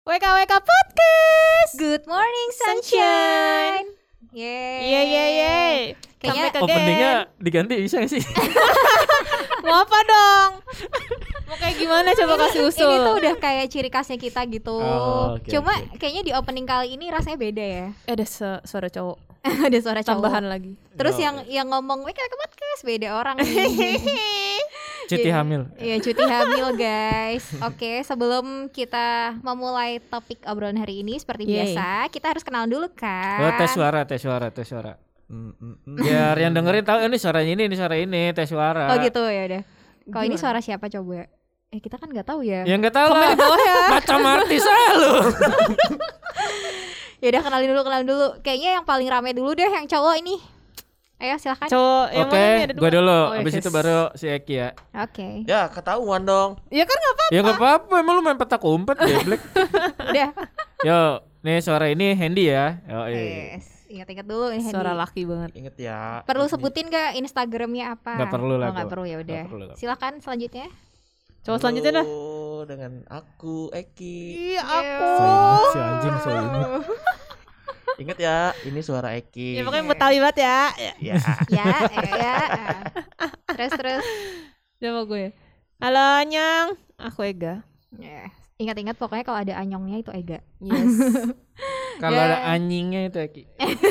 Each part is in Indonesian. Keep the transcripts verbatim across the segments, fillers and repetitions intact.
W K W K Podcast. Good morning sunshine. Yeay. Iya iya iya. Kayaknya openingnya diganti bisa gak sih? Mau apa dong? Mau kayak gimana coba kasih usul. Ini tuh udah kayak ciri khasnya kita gitu. Oh, okay, Cuma okay. kayaknya di opening kali ini rasanya beda ya. Eh, ada su- suara cowok. Ada suara cowok. Tambahan lagi. Terus Oh, yang okay. yang ngomong W K W K Podcast beda orang nih. Cuti hamil. Iya, cuti hamil guys. Oke, sebelum kita memulai topik obrolan hari ini seperti Yeay. biasa, kita harus kenalan dulu kan. Oh, tes suara, tes suara, tes suara. Mm, mm, mm. Biar yang dengerin tahu ini suaranya ini, ini suara ini, tes suara. Oh gitu ya udah. Kalau ini Gimana? suara siapa coba? Eh kita kan nggak tahu ya. Ya enggak tahu Komen lah. di bawah ya. Macam artis ah lu. Ya udah kenalin dulu, kenalin dulu. Kayaknya yang paling rame dulu deh yang cowok ini. Ayo silakan. Cowok yang Oke, mana nih? Ada dua. gua dulu. Oh, Abis yes. itu baru si Eki ya. Oke. Ya ketahuan dong. Ya kan enggak apa-apa. Ya enggak apa-apa, emang lu main petak umpet geblek. Udah. Yo, nih suara ini Handy ya. Yo, eh. Yes. Ingat-ingat dulu ini. Suara Hendy. laki banget. Ingat ya. Perlu ini- sebutin gak Instagramnya apa? Nggak perlu lah, Oh, nggak gua. perlu ya udah. Nggak perlu, nggak Silakan selanjutnya. Cowok selanjutnya dah. Halo, dengan aku Eki. Iya aku. So imut si anjing, so imut. Ingat ya, ini suara Eki. Ya pokoknya Betawi banget ya. Ya. Ya. Ya, eh, ya. Terus terus. Coba gue. Halo Nyang, aku Ega. Ya. Ingat-ingat pokoknya kalau ada anyongnya itu Ega. Yes. Kalau Ya. ada anjingnya itu Eki.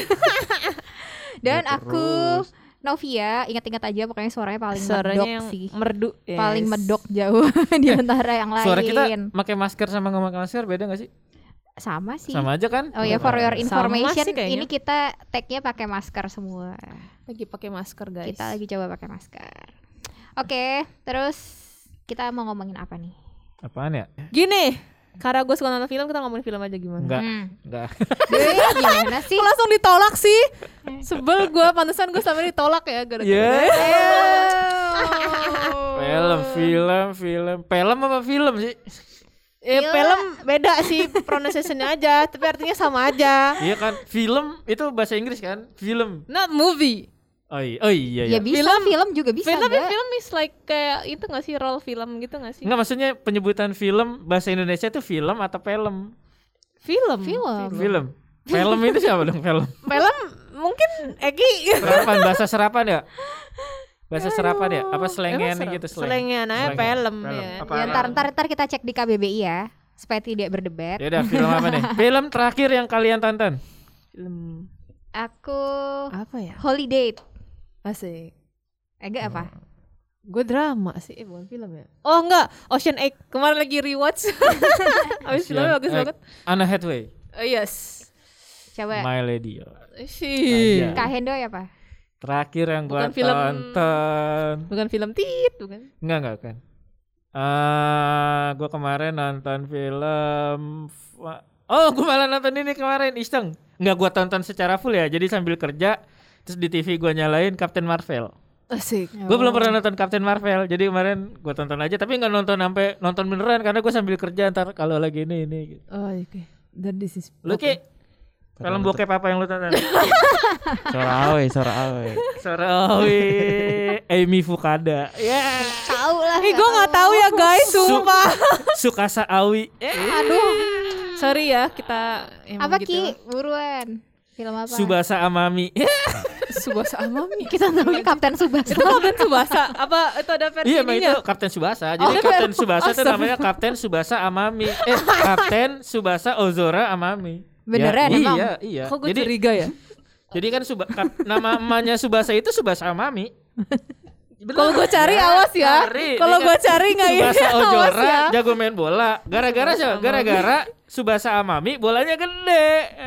Dan Ya, aku terus. Novia, ingat-ingat aja pokoknya suaranya paling Suaranya medok yang sih. merdu. Yes. Paling medok jauh di antara yang lain. Suara kita pakai masker sama nggak pakai masker beda nggak sih? Sama sih. Sama aja kan? Oh ya, for your Sama information, sih kayaknya. ini kita tag-nya pakai masker semua. Lagi pakai masker guys. Kita lagi coba pakai masker. Oke, terus kita mau ngomongin apa nih? Apaan ya? Gini, karena gue suka nonton film, kita ngomongin film aja gimana? Enggak, Hmm. enggak. Deh, gimana sih? Kok langsung ditolak sih? Sebel gue, pantesan gue selama ini ditolak ya gara-gara. Ya. Oh. Film, film, film. Film apa film sih? Eh, Gila. film beda sih pronunciation-nya aja, tapi artinya sama aja. Iya kan? Film itu bahasa Inggris kan? Film. Not movie. Oh iya, oh iya Ya ya. bisa, Film- film, juga bisa Film nggak? film is like kayak itu nggak sih, role film gitu nggak sih? Enggak, maksudnya penyebutan film bahasa Indonesia itu film atau film? Film. Film. Film. Film itu siapa dong film? Film mungkin Egi. Serapan, bahasa serapan ya? Bahasa serapan ya? Apa selengean Emang gitu slang? Selengean aja Slang. film, Film. ya. Apa? Ya, ntar, ntar, ntar kita cek di K B B I ya, supaya tidak berdebat. Ya udah, film apa nih? Film terakhir yang kalian tonton? Film Aku apa ya? Holiday. Asik. Agak apa? Gue drama sih, eh bukan film ya? Oh enggak, Ocean Egg. Kemarin lagi rewatch. Abis filmnya bagus Eh, banget. Anna Hathaway, Oh, yes. Coba My Lady. Sih. Aja. Kak Hendo ya apa? Terakhir yang gua Bukan film- tonton. Bukan film tit, bukan. Enggak, enggak kan. Eh, gua kemarin nonton film Oh, gua malah nonton ini kemarin iseng. Enggak gua tonton secara full ya. Jadi sambil kerja terus di T V gua nyalain Captain Marvel. Asik. Gue belum pernah nonton Captain Marvel. Jadi kemarin gua tonton aja tapi enggak nonton sampai nonton beneran karena gua sambil kerja ntar kalau lagi ini ini gitu. Oh, oke. Dan this is Lu Ki, film bokep apa yang lu tonton? Suara awe, suara awe. Sarawi Amy Fukada. Ya. Tahu lah. Ih, gue nggak tahu ya guys, sumpah. Sukasa Awi. Aduh. Sorry ya, kita emang Apa gitu. Ki? Buruan. Film apa? Subasa Amami. Subasa Amami. Kita tahu Kapten Subasa. Itu Kapten Subasa. Apa itu ada versi Iya, emang itu ininya? Kapten Subasa. Jadi Kapten Subasa itu namanya Kapten Subasa Amami. Eh, Kapten Subasa Ozora Amami. Beneran ya, emang? Iya, iya. Kok gue Jadi curiga ya? jadi kan suba, kap- nama emaknya Subasa itu Subasa Amami. Kalau gue cari awas ya. Cari. Kalau Ini gue kan cari nggak ini Subasa awas Ojora ya. jago main bola. Gara-gara siapa? Gara-gara Subasa Amami bolanya gede.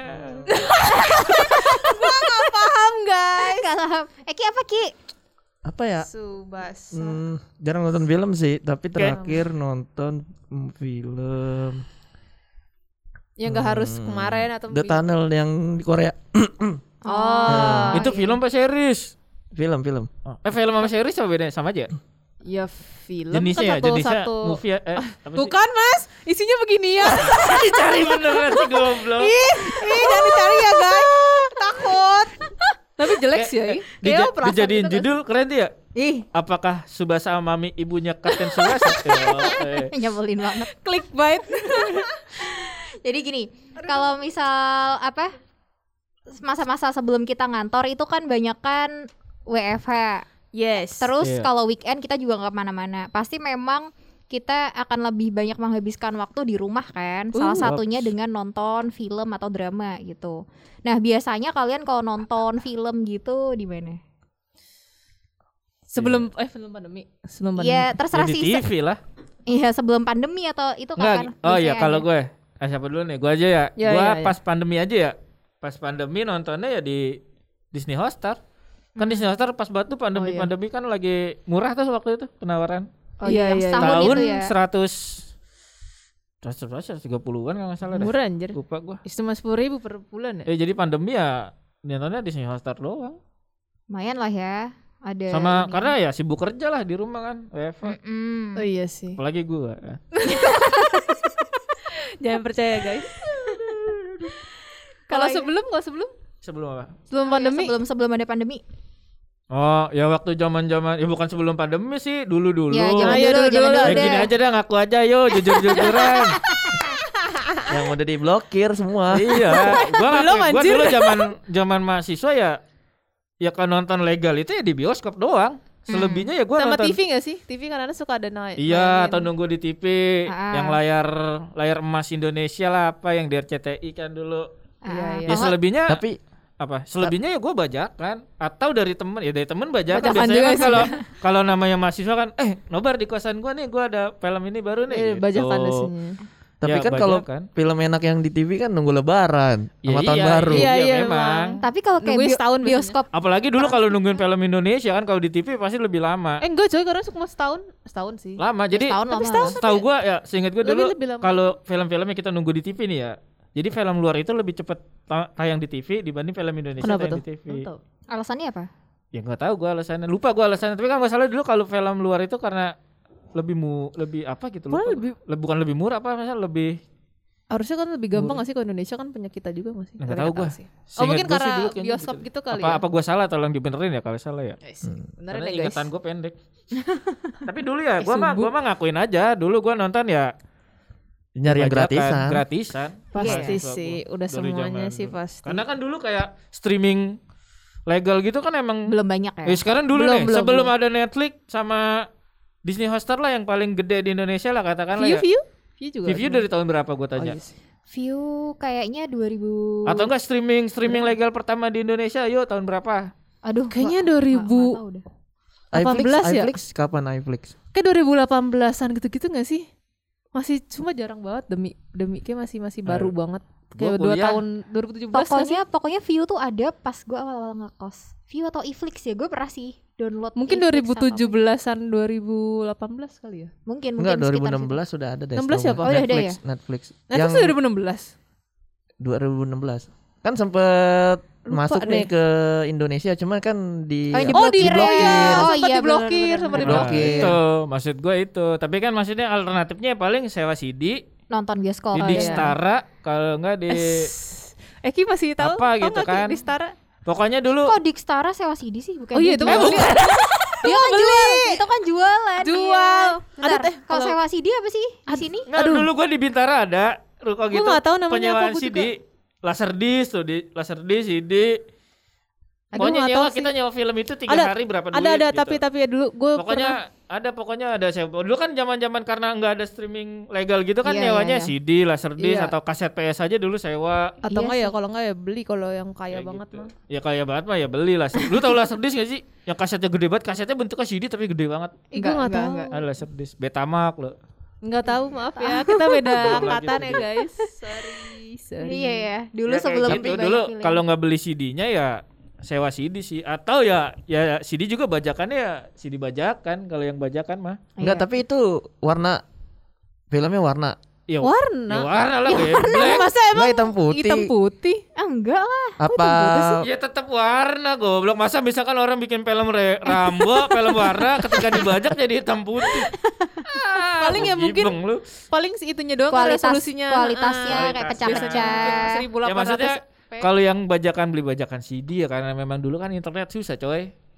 Paham guys. Kalau Eh Ki apa Ki? Apa ya? Subasa. Hmm, jarang nonton film sih, tapi terakhir nonton mm, film Ya nggak harus Hmm, kemarin atau The Tunnel yang di Korea. Oh. Itu film apa series? Film, film. Eh film sama series apa bedanya? Sama aja? Ya film Jenisnya ya, kan satu, jenisnya satu. movie ya, eh, apa sih? Bukan mas, isinya begini ya. Dicari beneran si goblok. ih, ih jangan dicari ya guys. Takut. Tapi jelek sih ya. Eh, ih. dija- Kayak perasaan dijadiin gitu kan. judul keren tuh ya? Ih, Apakah Subasa Amami ibunya Kapten Subasa? Oh, eh. nyebelin banget. Clickbait. Jadi gini, kalau misal apa masa-masa sebelum kita ngantor itu kan banyak kan W F H. Yes. Terus Iya. kalau weekend kita juga nggak kemana-mana. Pasti memang kita akan lebih banyak menghabiskan waktu di rumah kan. Salah Uh, satunya dengan nonton film atau drama gitu. Nah biasanya kalian kalau nonton film gitu di mana? Sebelum eh sebelum pandemi. Sebelum pandemi. Ya Ya terserah di sih. T V lah. Iya sebelum pandemi atau itu kapan? Enggak. Oh iya biasanya kalau ada? gue, ah, siapa dulu nih? Gue aja ya. Ya, gue ya, ya. pas pandemi aja ya. Pas pandemi nontonnya ya di Disney Hotstar. Kan Disney Hotstar pas batu pandemi Oh, iya. pandemi kan lagi murah tuh waktu itu penawaran. Oh Iya, iya, yang iya, setahun Tahun itu ya. seratus seratus tiga puluhan kalau nggak salah dah. Murah anjir. Lupa gue. Cuma sepuluh ribu per bulan ya. Eh jadi pandemi ya nontonnya Disney Hotstar doang. Lumayan lah ya. Ada Sama ini. karena ya sibuk kerja lah di rumah kan. W F H. Mm-mm. Oh iya sih. Apalagi gue. Jangan percaya guys. Kalau sebelum kalau sebelum Sebelum apa? sebelum pandemi. sebelum sebelum ada pandemi. Oh ya waktu zaman-zaman ya bukan sebelum pandemi sih dulu-dulu. Ya zaman zaman Ayo, dulu, dulu, zaman dulu. dulu Ya deh. gini aja dah ngaku aja yo jujur-jujuran. Yang udah diblokir semua. Iya, gua Belum, ngaku, gua anjir. dulu zaman zaman mahasiswa ya ya kan nonton legal itu ya di bioskop doang. Selebihnya ya gua Sama nonton T V gak sih? T V kan ada suka ada naik. Iya, mainin. atau nunggu di T V Ah. yang layar layar emas Indonesia lah apa yang di R C T I kan dulu. Ah, Iya, iya. Ya kalau- selebihnya Tapi apa? Selebihnya ya gua bajakan atau dari temen ya dari temen bajakan. Bajakan Biasanya juga kan sih. kalau kalau namanya mahasiswa kan eh nobar di kosan gua nih gua ada film ini baru nih. Eh, gitu. bajakan biasanya. tapi Ya, kan kalau bajakan. film enak yang di T V kan nunggu lebaran Ya sama tahun iya, baru. Iya, Iya, iya, memang. memang. Tapi kalau kayak Nungguin bio- setahun biasanya. bioskop Apalagi dulu kalau nungguin film Indonesia kan kalau di T V pasti lebih lama. Eh enggak coy, karena cuma setahun. Setahun sih. Lama. Jadi setahun tapi lama. setahun setahu gua ya seingat gua Lebih- dulu lebih lama. kalau film-film yang kita nunggu di T V nih ya. Jadi film luar itu lebih cepet ta- tayang di T V dibanding film Indonesia Kenapa tayang tuh? di T V. Lu tahu? Alasannya apa? Ya nggak tahu gua alasannya. Lupa gua alasannya. Tapi kan nggak salah dulu kalau film luar itu karena lebih mu lebih apa gitu lupa. Malah gua. lebih- Le- bukan lebih murah apa masalah lebih Harusnya kan lebih gampang gak sih kalau Indonesia kan punya kita juga masih. Nggak tahu gua. Sih. Oh seingat mungkin gua sih karena dulu kayaknya bioskop gitu kali apa ya. apa gua salah tolong dibenerin ya kalau salah ya. Guys, beneran Karena ya guys. ingatan gue pendek. Tapi dulu ya, Eh, gua mah subuh. gua mah ngakuin aja. Dulu gua nonton ya Nyari yang bajakan, gratisan. gratisan. Pasti Mahasiswa sih, gua udah dari semuanya zaman sih dulu. pasti. Karena kan dulu kayak streaming legal gitu kan emang. Belum banyak ya. Eh, sekarang dulu Belum, nih, belum, sebelum belum. ada Netflix sama Disney Hotstar lah yang paling gede di Indonesia lah katakanlah View ya. view? View juga. View ada. dari tahun berapa gue Oh, tanya? iya sih. View kayaknya dua ribu Atau enggak streaming streaming legal pertama di Indonesia, yuk tahun berapa? Aduh, Kayaknya nggak- dua nggak- ribu nggak tahu deh. delapan belas iFlix, ya? iFlix kapan iFlix? Kayak dua ribu delapan belasan gitu-gitu gak sih? Masih cuma jarang banget demi demi kayak masih masih baru Eh, banget. gua Kayak dua kuliah. tahun dua ribu tujuh belas nggak sih? Pokoknya pokoknya View tuh ada pas gue awal-awal ngekos. View atau iFlix ya, gue pernah sih download. Mungkin iFlix dua ribu tujuh atau- belasan dua ribu delapan belas kali ya. Mungkin Enggak, mungkin dua ribu sekitar enam belas sudah ada deh. enam belas setahu siapa? gua. Oh, udah ada Netflix, ya? Netflix. Nah, Yang itu dua ribu enam belas. dua ribu enam belas. Kan sempet Lupa masuk deh. nih ke Indonesia, cuman kan di Oh, yang Oh, di diblokir diblokir. ya. Oh, Oh, sempat iya, diblokir, benar-benar. sempat Nah, diblokir. itu maksud gue itu. Tapi kan maksudnya alternatifnya paling sewa C D nonton bioskop. di Oh, iya. Dixtara kalau enggak di Eki masih tahu Apa tahu gitu nggak, Ki, kan? di Stara? pokoknya dulu Kok Dixtara sewa C D sih? Bukan Oh iya, dia itu jual. kan beli. Dia kan jual. Itu kan jualan. Jual. Iya. Ada Bentar, teh, kalau kalau- sewa C D apa sih di sini? Nggak, dulu gue di Bintara ada ruko Gua gitu. nggak tahu namanya penyewaan apa, gua C D, Laserdisc tuh di Laserdisc C D. Aku Pokoknya nggak nyewa tahu sih. kita nyewa film itu tiga Ada, hari berapa duit Ada ada gitu. tapi tapi ya dulu gue Pokoknya ada pokoknya ada sewa. Dulu kan zaman-zaman karena nggak ada streaming legal gitu kan Iya, nyewanya iya, C D, Laserdisc Iya. atau kaset P S aja dulu sewa. atau Iya enggak ya sih. kalau enggak ya beli kalau yang kaya Kayak banget gitu. mah. Ya kaya banget mah ya beli lah. Lu tahu Laserdisc gak sih? Yang kasetnya gede banget, kasetnya bentuknya C D tapi gede banget. Ih, gue nggak tahu. Ada Laserdisc, Betamax lo. Nggak tahu, maaf ya. Kita beda Belum angkatan lagi ya guys. Sorry, sorry. Iya ya. Dulu Ya, kayak sebelum gitu. banyak Dulu pilihan. kalau nggak beli C D-nya ya sewa C D sih atau ya ya C D juga bajakannya ya C D bajakan kalau yang bajakan mah. Enggak, Iya. tapi itu warna filmnya warna. Ya, Warna. ya warna lah geblek. Masa emang Enggak hitam putih. hitam putih? Ah, enggak lah. Apa Ya tetap warna goblok. Masa misalkan orang bikin film re- Rambo, film warna ketika dibajak jadi hitam putih. Ah, Paling ya gua mungkin gibeng lu. Paling si itunya doang kan Kualitas- resolusinya. kualitasnya Ah, kayak Kualitasnya. pecah-pecah. seribu Ya delapan ratus maksudnya p. kalau yang bajakan beli bajakan C D ya karena memang dulu kan internet susah coy.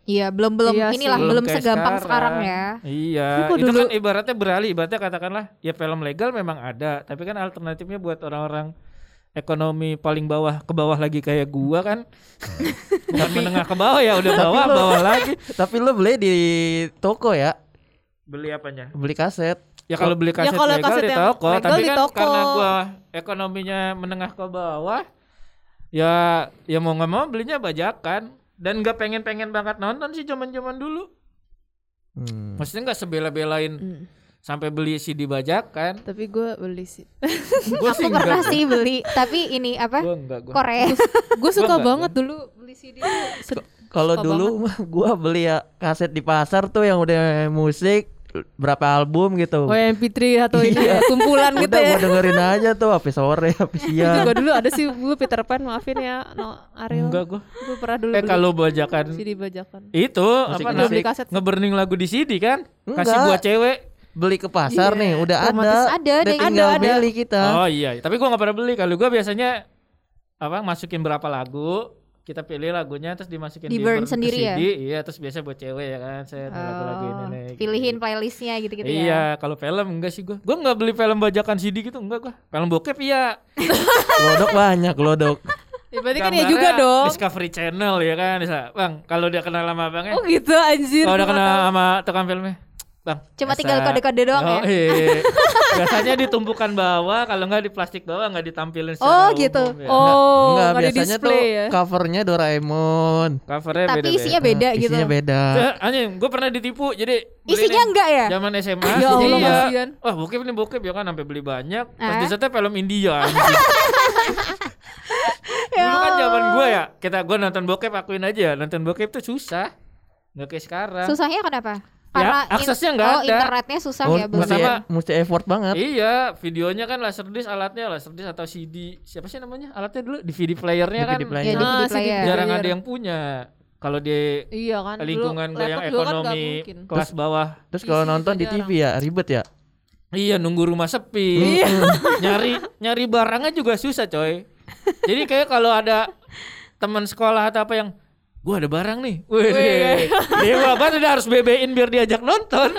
Iya, belum belum Iya inilah sih. belum kayak segampang sekarang, ya. Iya, Gua itu dulu- kan ibaratnya beralih, ibaratnya katakanlah ya film legal memang ada, tapi kan alternatifnya buat orang-orang ekonomi paling bawah ke bawah lagi kayak gua kan. Bukan menengah ke bawah ya, udah bawah lu- bawah lagi. Tapi lu beli di toko ya, Beli apanya? beli kaset. Ya kalau beli kaset kalau legal kaset di yang toko, legal tapi di kan toko. karena gua ekonominya menengah ke bawah, ya ya mau nggak mau belinya bajakan dan nggak pengen-pengen banget nonton sih zaman-zaman dulu. Hmm. Maksudnya nggak sebela-belain Hmm. sampai beli C D bajakan. Tapi gue beli sih. Gua Aku pernah sih beli, tapi ini apa? Gua enggak gua. Korea. Gue suka enggak, banget dulu beli C D. Sed- Kalau Suka dulu mah gua beli ya kaset di pasar tuh yang udah musik berapa album gitu. Oh M P tiga atau ini Iya. ya, kumpulan gitu Udah ya. gua dengerin aja tuh habis sore, habis Juga siang. dulu ada sih gue Peter Pan, maafin ya no Ariel. Enggak gua. Gue pernah dulu Eh beli kalau bajakan C D bajakan. itu Musik- apa Udah namanya? beli kaset. Ngeburning lagu di C D kan? Kasih Enggak. buat cewek. Beli ke pasar Iya, nih, udah ada. romantis. Ada, Udah ada, tinggal ada, ada. beli kita. Oh iya, tapi gua nggak pernah beli. Kalau gua biasanya apa masukin berapa lagu, kita pilih lagunya terus dimasukin Di burn burn ke sendiri C D. ya? Iya, terus biasa buat cewek ya kan. Saya lagu-lagu ini Oh, nih. gitu. pilihin playlistnya gitu-gitu ya. Iya, kalau film enggak sih gua. Gua nggak beli film bajakan C D gitu, enggak gua. Film bokep iya. Glodok banyak, glodok. Ya, berarti kan ya Gambarnya juga dong. Discovery Channel ya kan. Bisa. Bang, kalau dia kenal sama abangnya, Oh gitu anjir. kalau udah gua kenal nggak tahu. sama tukang filmnya, Bang. Cuma biasa. tinggal kode-kode doang Oh, ya. iya. Biasanya ditumpukan bawah, kalau enggak di plastik bawah enggak ditampilin secara Oh, gitu. umum, ya. Oh, Enggak, nggak di biasanya tuh display ya. covernya Doraemon. Covernya Tapi beda-beda. isinya beda gitu. Isinya beda. Eh, anjing, gue pernah ditipu. Jadi beli Isinya nih, enggak ya? Zaman S M A. Ya Allah, iya. kasihan. Wah, bokep nih bokep ya kan sampai beli banyak. Pas Eh? di setnya film India anjing. Dulu kan zaman gue ya, kita gue nonton bokep akuin aja, nonton bokep tuh susah. Enggak kayak sekarang. Susahnya kenapa? Ya, Karena aksesnya nggak oh, ada. internetnya susah Oh, ya belum. mesti, Pertama- mesti effort banget. Iya, videonya kan laserdisc alatnya, laserdisc atau C D. Siapa sih namanya? Alatnya dulu D V D playernya kan. D V D player. Ya, D V D Ah, si player. Jarang player. ada yang punya. Kalau di Iya kan. dulu lingkungan gue yang laptop juga kan nggak ekonomi mungkin. kelas bawah. Terus kalau Isi nonton juga di T V ya ribet ya. Iya, nunggu rumah sepi. nyari nyari barangnya juga susah, coy. Jadi kayak kalau ada teman sekolah atau apa yang gua ada barang nih. Wih, dia banget udah harus B B-in biar diajak nonton.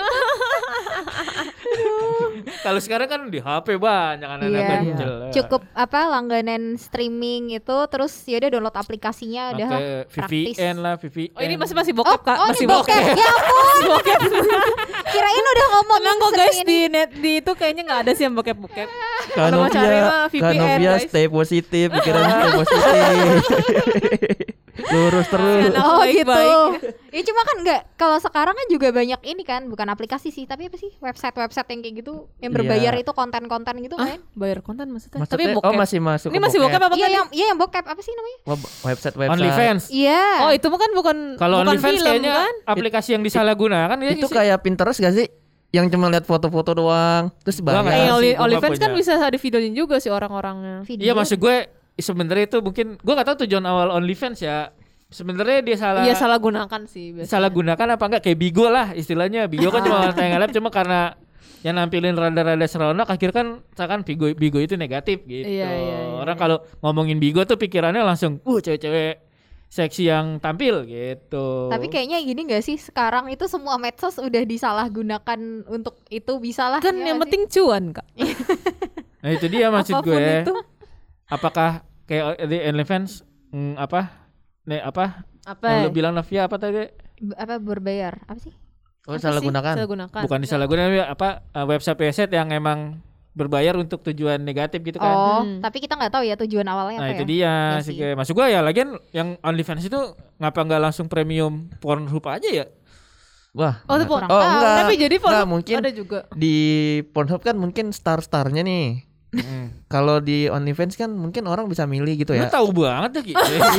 Kalau sekarang kan di H P banyak anak-anak Iya. ganjel. Cukup apa langganan streaming itu terus ya udah download aplikasinya udah pakai V P praktis. N lah, V P N. Oh ini masih masih Oh, bokep kak, oh masih ini bokep. Ya ampun. bokep. Kirain udah ngomong Tenang kok guys, di net di itu kayaknya nggak ada sih yang bokep-bokep. Kalau mau cari Kanovia, mah V P N, Kanovia guys. stay positif, pikiran stay positif. Lurus terus. Anak Oh baik-baik. gitu. Ya cuma kan enggak kalau sekarang kan juga banyak ini kan bukan aplikasi sih tapi apa sih website-website yang kayak gitu yang berbayar Iya. itu konten-konten gitu Ah, kan. bayar konten maksudnya? Maksudnya, Tapi bokep. oh masih masuk Ini ke masih bokep apa Iya tadi? yang iya yang bokep apa sih namanya? Web- website website. OnlyFans. Iya. Oh itu mah kan bukan Kalau bukan OnlyFans film kayaknya kan? aplikasi yang disalahgunakan ya Itu sih. kayak Pinterest gak sih? Yang cuma lihat foto-foto doang, terus Gua nggak Eh, tahu bayar. sih, Only, gua nggak OnlyFans kan punya. bisa ada videonya juga sih orang-orangnya. Video. Iya, maksud gue sebenarnya itu mungkin gue nggak tahu tujuan awal OnlyFans ya. Sebenarnya dia salah Iya salah gunakan sih biasanya. salah gunakan apa enggak kayak Bigo lah istilahnya. Bigo kan cuma tayang live cuma karena yang nampilin rada-rada seronok akhirnya kan misalkan Bigo Bigo itu negatif gitu. Iya, iya, iya. Orang kalau ngomongin Bigo tuh pikirannya langsung uh cewek-cewek seksi yang tampil gitu. Tapi kayaknya gini gak sih sekarang itu semua medsos udah disalahgunakan untuk itu bisa lah. Kan ya yang nggak penting cuan kak. Nah itu dia maksud Apapun gue. itu. Apakah kayak di OnlyFans mm, apa? Nih apa? Apa? Yang lu bilang Novia apa tadi? B- apa berbayar apa sih? Oh, Apa salah sih? gunakan. Salah gunakan. Bukan disalahgunakan apa uh, website-website yang emang berbayar untuk tujuan negatif gitu kan. Oh, Hmm. tapi kita nggak tahu ya tujuan awalnya Nah apa itu ya. dia Iya sih sih. kayak maksud gua ya lagian yang OnlyFans itu ngapa nggak langsung premium Pornhub aja ya? Wah. Oh, itu nah. po- kurang Oh, tahu. enggak. Tapi jadi Enggak, foto mungkin ada juga. di Pornhub kan mungkin star-starnya nih. Kalau di OnlyFans kan mungkin orang bisa milih gitu Lu ya. tahu banget ya gitu.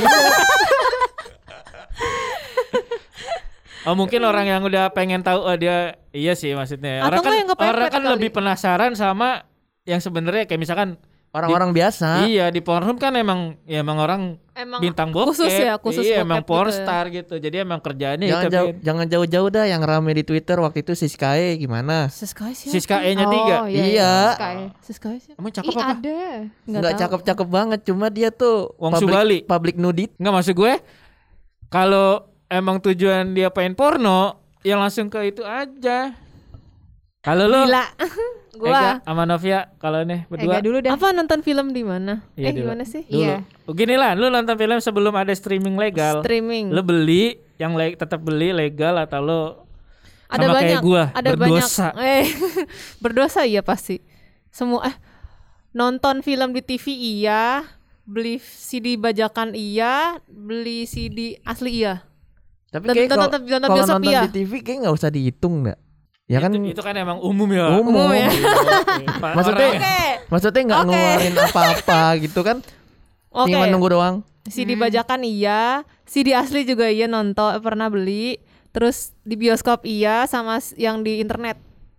Oh mungkin orang yang udah pengen tahu oh dia iya sih maksudnya. Orang Atau kan nggak yang kepepet orang kan kali. lebih penasaran sama yang sebenarnya kayak misalkan Orang-orang biasa. iya di Pornhub kan emang ya emang orang Emang bintang bokep. khusus ya, khusus iya, bokep emang gitu pornstar gitu. Jadi emang kerjaannya Jangan itu jauh, Bin. jangan jauh-jauh dah yang rame di Twitter waktu itu Siskae gimana? Seskai siapa? Siska E-nya tiga. Oh, iya. Iya. Sky. Seskai siapa? Emang cakep Ih apa? ada. Enggak tahu. cakep-cakep banget, cuma dia tuh Wong public, Subali. public nudit. Enggak maksud gue kalau emang tujuan dia pengen porno, ya langsung ke itu aja. Kalau lu Gila. Ega Gua sama Novia kalau nih berdua. Ega dulu dah. apa nonton film di mana? Iya, eh dulu. gimana sih? Dulu. Iya. Gini lah, lu nonton film sebelum ada streaming legal. Streaming. Lu beli yang le- tetap beli legal atau lu Ada sama banyak. kayak gua ada berdosa. banyak. Eh berdosa iya pasti. Semua eh nonton film di T V iya, beli C D bajakan iya, beli C D asli iya. Tapi Dan- kayak dan- kalau dan- dan- dan kalau bioskop nonton iya. di T V kayak nggak usah dihitung nggak? Ya kan itu, itu kan emang umum ya. umum. Umum ya. Pa- Maksudnya- orang- Oke. Maksudnya nggak Oke. ngeluarin apa-apa gitu kan? Oke. Tinggal nunggu doang. C D bajakan iya, C D asli juga iya nonton pernah beli. Terus di bioskop iya sama s- yang di internet.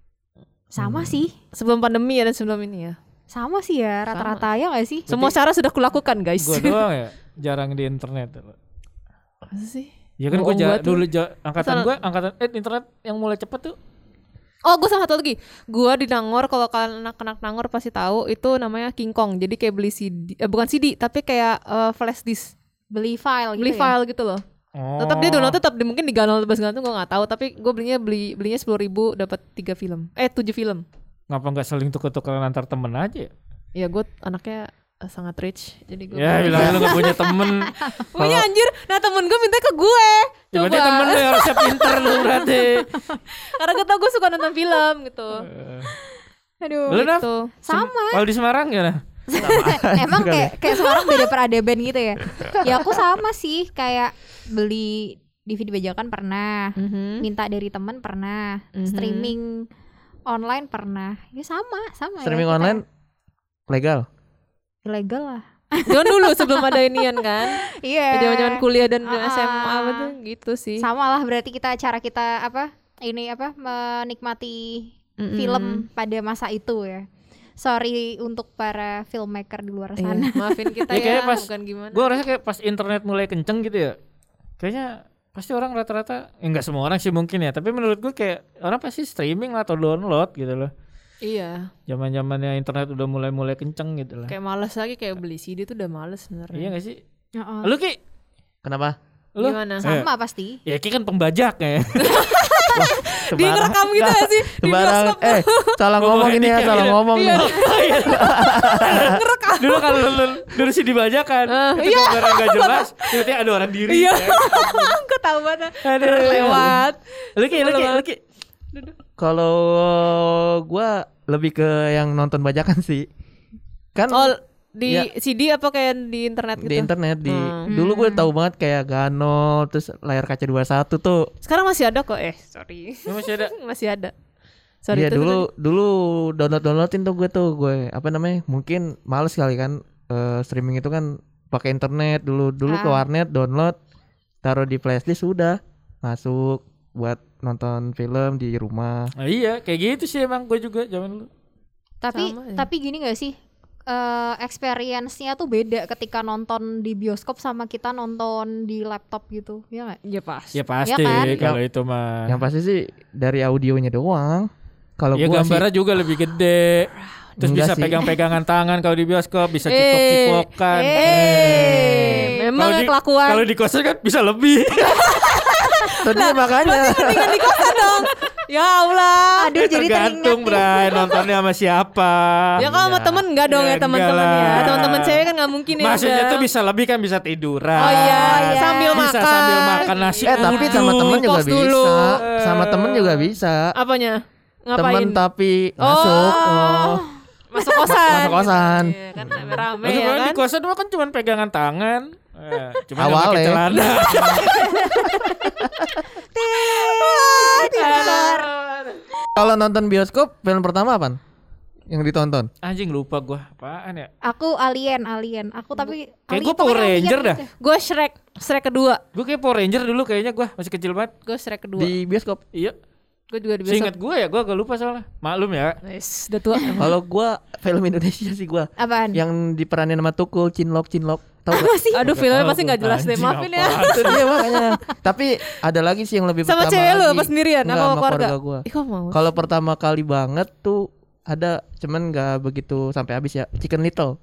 Sama sih. Sebelum pandemi ya dan sebelum ini ya. Sama sih ya rata-rata ya gak sih? Semua cara sudah kulakukan guys. Gua doang ya jarang di internet. Apa sih? Ya kan Oh, gua ja- gua tuh- dulu ja- angkatan Sana- gua angkatan eh internet yang mulai cepet tuh. Oh, gue sama satu lagi. Gua di Nangor, kalau kalian anak-anak Nangor pasti tahu itu namanya King Kong. Jadi kayak beli C D, eh, bukan C D, tapi kayak eh, flash disk, Beli file gitu beli ya? file gitu loh. Oh. Tetap dia download tetap di, mungkin diganal tebas gantung gue nggak tahu. Tapi gue belinya beli belinya sepuluh ribu dapat tiga film, eh tujuh film. Ngapa nggak saling tuker-tukeran antar temen aja? Ya gue anaknya eh, sangat rich, jadi gue Ya bilang lu gak punya temen. punya anjir. Nah temen gue minta ke gue. Ya berarti temen lu yang harusnya pinter lu berarti. Karena gue tau gue suka nonton film gitu. Aduh. Lu Naf? Gitu. Sama. Kalau di Semarang gimana? Emang kayak kayak Semarang beda peradaban gitu ya. Ya aku sama sih, kayak beli D V D bajakan pernah, Mhm. minta dari teman pernah, Mhm. streaming online pernah. Ya sama, sama Streaming ya. kita online legal. ilegal lah. Jangan dulu sebelum ada inian kan. Iya. Zaman-zaman kuliah dan Ah, S M A betul gitu sih. Sama lah berarti kita cara kita apa? Ini apa? Menikmati Mm-mm. film pada masa itu ya. Sorry untuk para filmmaker di luar Iya, sana. maafin kita Ya, ya, kayaknya pas- bukan gimana. Gue rasa kayak pas internet mulai kenceng gitu ya. Kayaknya pasti orang rata-rata, ya enggak semua orang sih mungkin ya, tapi menurut gue kayak orang pasti streaming lah atau download gitu loh. Iya, Zaman-zamannya internet udah mulai-mulai kenceng gitu lah. kayak males lagi kayak beli C D tuh udah males sebenarnya. Iya gak sih? Heeh. Lu Ki? Kenapa? Lu? Gimana? Sama pasti. Ya Ki kan pembajak ya. Dia ngerekam gitu gak sih? Di Sembarangan. bioskop. Eh, salah ngomong ini ya, salah ngomong nih. Dulu kalau lu, lu dulu sih dibajakan. Ah, Ketika barang gak jelas, tiba-tiba ada orang diri. Iya. ya. Gue tahu banget. Aduh. Lewat. Lu Ki, lu Ki, lu Ki. Kalau gua lebih ke yang nonton bajakan sih. Kan Oh, di Ya. C D apa kayak di internet gitu? di internet di Hmm. dulu gue tahu banget kayak Gano terus layar kaca dua puluh satu tuh. Sekarang masih ada kok. Eh, sorry. Ini masih ada. Masih ada. Sorry Iya itu dulu dulu download downloadin tuh gue tuh gue apa namanya mungkin males kali kan eh, streaming itu kan pakai internet dulu dulu ke Ah. warnet download taruh di flashdisk sudah masuk buat nonton film di rumah. Nah, iya, kayak gitu sih emang gue juga zaman dulu. Tapi Sama ya. tapi gini gak sih? Eh experience-nya tuh beda ketika nonton di bioskop sama kita nonton di laptop gitu. Ya enggak? Ya pas. Ya pasti kan? kalau itu mah. Yang pasti sih dari audionya doang. Kalau Ya gua gambarnya sih juga lebih gede. Terus Enggak bisa sih. pegang-pegangan tangan kalau di bioskop, bisa Eh, cipok-cipokan. Eh, memang Kalau ya di- kelakuan. Kalau di kosan kan bisa lebih. tadi makanya Tinggal di kosan dong. Ya Allah. Aduh jadi Tergantung teringat. Bray, nontonnya sama siapa. Ya kalau sama Iya. temen enggak dong Ya, ya teman-teman enggak ya. lah. Teman-teman cewek kan nggak mungkin ya. Maksudnya udah. tuh bisa lebih kan, bisa tiduran. Oh iya, iya. sambil Bisa makan. sambil makan nasi eh tapi uduk. sama temen juga Kos dulu. bisa. Sama temen juga bisa. Apanya? Ngapain? Temen tapi Oh. masuk. Oh. Masuk kosan. Masuk kosan. Iya, kan rame-rame Maksudnya ya kalau kan. di kosan mah kan cuma pegangan tangan. Eh, cuma nggak Awalnya. pakai celana. Kalau nonton bioskop film pertama apa? Yang ditonton? Anjing lupa gua apaan ya? Aku alien, alien. Aku tapi Kayak alien gua tuh Power kan alien Ranger gitu. dah. Gue Shrek, Shrek kedua. Gue kayak Power Ranger dulu kayaknya gua masih kecil banget. Gue Shrek kedua. Di bioskop. Iya. Gue juga di Seingat bioskop. gue ya, gue agak lupa soalnya. Maklum ya. Wes, udah tua. Kalau gua film Indonesia sih gua Apaan? yang diperanin sama Tukul, Cinlok, Cinlok. Tahu gak? sih? Aduh, filmnya Oh, pasti nggak jelas deh. anjing, Maafin ya. apaan? Itu dia makanya. Tapi ada lagi sih yang lebih Sama pertama cewek lu lagi. apa sendirian? Enggak, Apa sama keluarga? gua. Ih, kok mau? Kalau pertama kali banget tuh ada, cuman nggak begitu sampai habis ya. Chicken Little.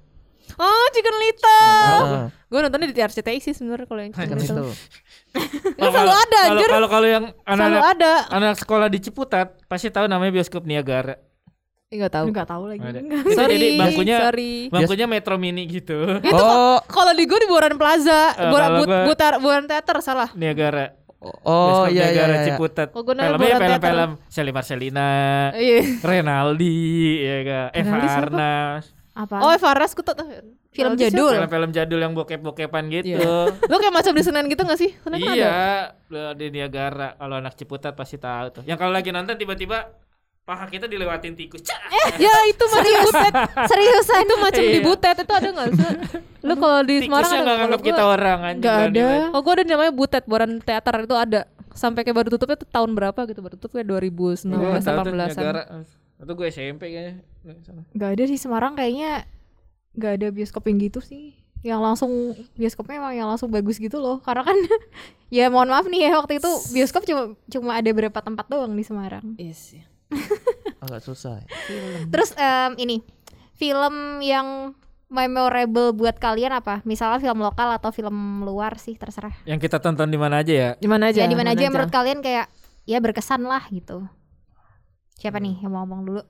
Oh, Chicken Little. Ah, Gue nontonnya di R C T I sih sebenarnya kalau yang Chicken kan Little. itu. Itu selalu ada Kalau anjir. kalau kalau yang Selalu anak-anak ada. anak sekolah di Ciputat pasti tahu namanya bioskop Niagara. Enggak tahu. Enggak tahu lagi. Ada. Enggak. Itu Sorry, jadi bangkunya sorry. bangkunya Metro Mini gitu. Itu Oh, kalau di gue di Buaran Plaza, Eh, Buaran kalau but, gua- butar, Buaran Teater salah. Niagara. oh Bioskop iya iya. Niagara iya. Ciputat. Oh, gua namanya Filmnya Buaran film-film Sally Marcelina, Iya. Renaldi, ya kan. Eva Renaldi siapa? Arnas. Apa? Oh, Faras gue tuh Film Renaldi jadul. Film-film jadul yang bokep-bokepan gitu. Iya. Lu kayak macam di Senen gitu gak sih? Senen kan ada. Iya, lo di Niagara. Kalau anak Ciputat pasti tahu tuh. Yang kalau lagi nonton tiba-tiba paha kita dilewatin tikus. Cah! Ya itu macam butet. Seriusan. Itu macam Iya. di butet itu ada gak sih? Lu kalau di Semarang Tikusnya ada nggak nggak? nganggap Kalau kita gua orang anjing. Nggak berani ada. banget. Oh gue ada namanya butet, Buaran Teater itu ada. Sampai kayak baru tutupnya tuh tahun berapa gitu. Baru tutup kayak dua ribu sembilan Gua belas tahu tuh delapan belasan. Niagara. Atau gue S M P kayaknya. Enggak ada di Semarang kayaknya. Enggak ada bioskop yang gitu sih. Yang langsung bioskopnya emang yang langsung bagus gitu loh. Karena kan ya mohon maaf nih ya, waktu itu bioskop cuma cuma ada beberapa tempat doang di Semarang. Yes. ya. Agak susah. Terus em, ini film yang memorable buat kalian apa? Misalnya film lokal atau film luar sih, terserah. Yang kita tonton di mana aja ya? Di mana aja? Ya di mana aja yang menurut kalian kayak ya berkesan lah gitu. Siapa nih yang mau ngomong dulu?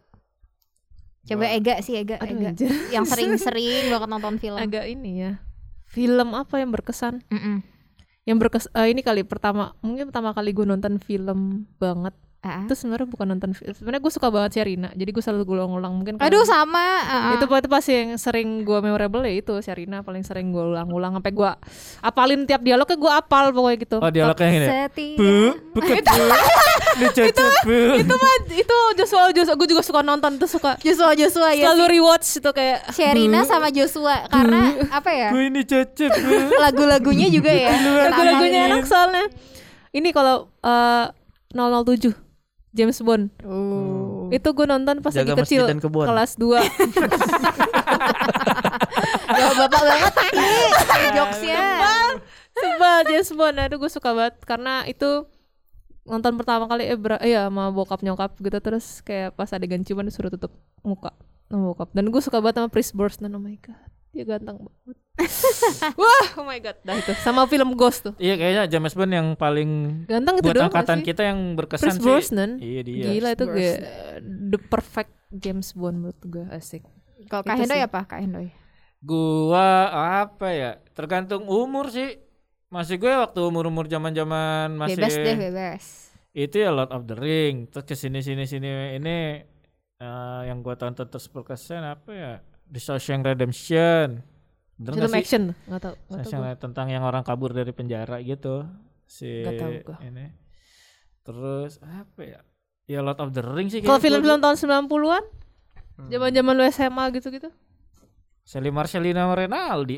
Coba Gua- Ega sih, Ega, Aduh, Ega. anjir. Yang sering-sering banget nonton film. Agak ini ya. Film apa yang berkesan? Mm-mm. Yang berkes eh, ini kali pertama, mungkin pertama kali gue nonton film banget. Ah. Itu sebenarnya bukan nonton film. Sebenarnya gue suka banget Sherina. Jadi gue selalu ulang-ulang mungkin. karena- Aduh sama. ah, ah. Itu itu pasti yang sering gue memorable ya itu Sherina paling sering gue ulang-ulang sampai gue apalin tiap dialognya gue apal pokoknya gitu. Oh dialognya yang ini. Setia. Bu, bukan bu. Dicocok bu. Itu mah itu Joshua Joshua gue juga suka nonton tuh suka Joshua Joshua ya selalu sih. rewatch itu kayak Sherina sama Joshua karena apa ya? Bu ini cocok bu. Lagu-lagunya juga ya. lagu-lagunya Kenangan. enak soalnya. Ini kalau eh, nol nol tujuh James Bond. Oh. Itu gue nonton pas Jaga lagi kecil masjid dan kebun. kelas dua. Bapak banget ini jokesnya. Sebel James Bond. Aduh gue suka banget karena itu nonton pertama kali eh ber- iya sama bokap nyokap gitu terus kayak pas adegan ciuman disuruh tutup muka sama bokap dan gue suka banget sama Pierce Brosnan. Oh my god dia ganteng banget. Wah oh my god dah itu sama film Ghost tuh Iya kayaknya James Bond yang paling ganteng itu buat doang angkatan gak sih? kita yang berkesan Pierce sih. Brosnan Iya dia. gila itu Pierce kayak the perfect James Bond menurut gue asik. Kalau Kak Itu Hendoy sih. apa? Kak Hendoy. Gua apa ya? Tergantung umur sih. Masih gue waktu umur-umur zaman-zaman masih Bebas deh, bebas. itu ya Lord of the Ring. Terus ke sini sini sini ini eh, yang gua tonton terus berkesan apa ya? The Shawshank Redemption. Bener Film nggak sih? action nggak tahu nggak tahu Shawshank gua. Red- tentang yang orang kabur dari penjara gitu. Si Nggak tahu gua. ini. Terus apa ya? Ya Lord of the Ring sih. Kalau kayaknya film-film gua- tahun sembilan puluhan zaman-zaman lu S M A gitu-gitu Sally Marcelina sama Renaldi.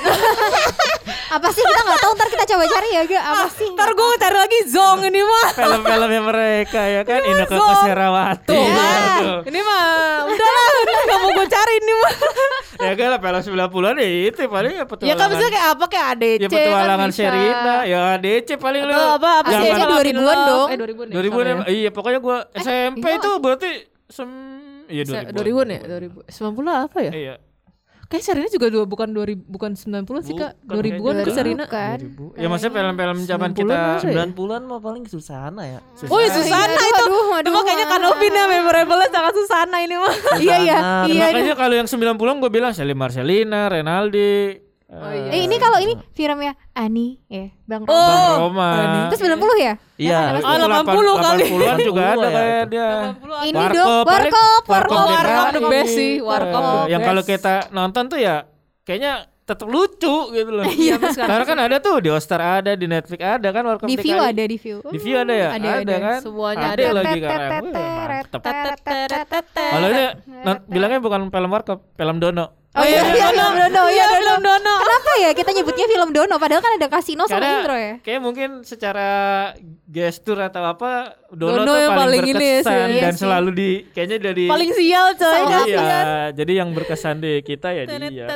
Apa sih kita nggak tahu, ntar kita coba cari ya gak apa sih? ntar gue cari lagi Zong ini mah Film-filmnya mereka ya kan. Inneke Zong. Koesherawati. Tuh, gitu. kan. Ini mah udahlah, udah gak mau gue cari ini mah. Ya kan lah film sembilan puluhan ya itu paling ya Ya petualangan. kan misalnya kayak apa kayak A D C Ya petualangan kan bisa. Sherina, ya D C paling lu. Atau apa apa A D C sih Zaman dua ribuan dong. Eh dua ribuan. dua ribuan ya. Iya pokoknya gua S M P iya itu berarti sem iya dua ribuan ya, dua ribu. sembilan puluh apa ya? Iya. Kayak Sherina juga dua bukan dua ribu bukan sembilan puluh sih Kak. Bukan, dua ribuan kayaknya itu dua Sherina. Kan? Ya maksudnya film-film zaman sembilan kita puluhan masa ya? sembilan puluhan mah paling Susana ya. Oh ya Susana Aduh, itu. aduh, Itu aduh, makanya aduh. Kanovin ya memorable sangat Susana ini mah. Iya iya Susana. iya. Makanya kalau yang sembilan puluhan gua bilang Sally Marcelina, Renaldi. Oh, iya. Eh ini kalau ini filmnya Ani ya, Bang Roma. Oh. Bang Roma. Itu sembilan puluh ya? Iya. Ah, delapan puluh kali. delapan puluhan juga ada delapan puluh ya kayak itu. dia. Ini Warkop, dong, paling- Warkop, Warkop Warkop, D K I. Warkop the best sih, Warkop Eh, the yang kalau best. kita nonton tuh ya kayaknya tetap lucu gitu loh. Iya, sekarang Karena kan ada tuh di Ostar ada, di Netflix ada kan Warkop Di D K I. view ada di view. Di view ada ya? Ada, Ada, ada. kan? Semuanya ada. ada. lagi sekarang. Wih, mantep. Kalau ini non- bilangnya bukan film Warkop, film Dono. Oh iya, iya, Dono. film Dono, iya, Iya, Dono. film Dono. Kenapa ya kita nyebutnya film Dono? Padahal kan ada kasino sama Karena intro ya. kayak mungkin secara gestur atau apa Dono, Dono tuh yang paling, paling ini ya sih, berkesan iya dan sih. selalu di kayaknya dari Paling sial coy. Salah. iya, jadi yang berkesan di kita ya dia.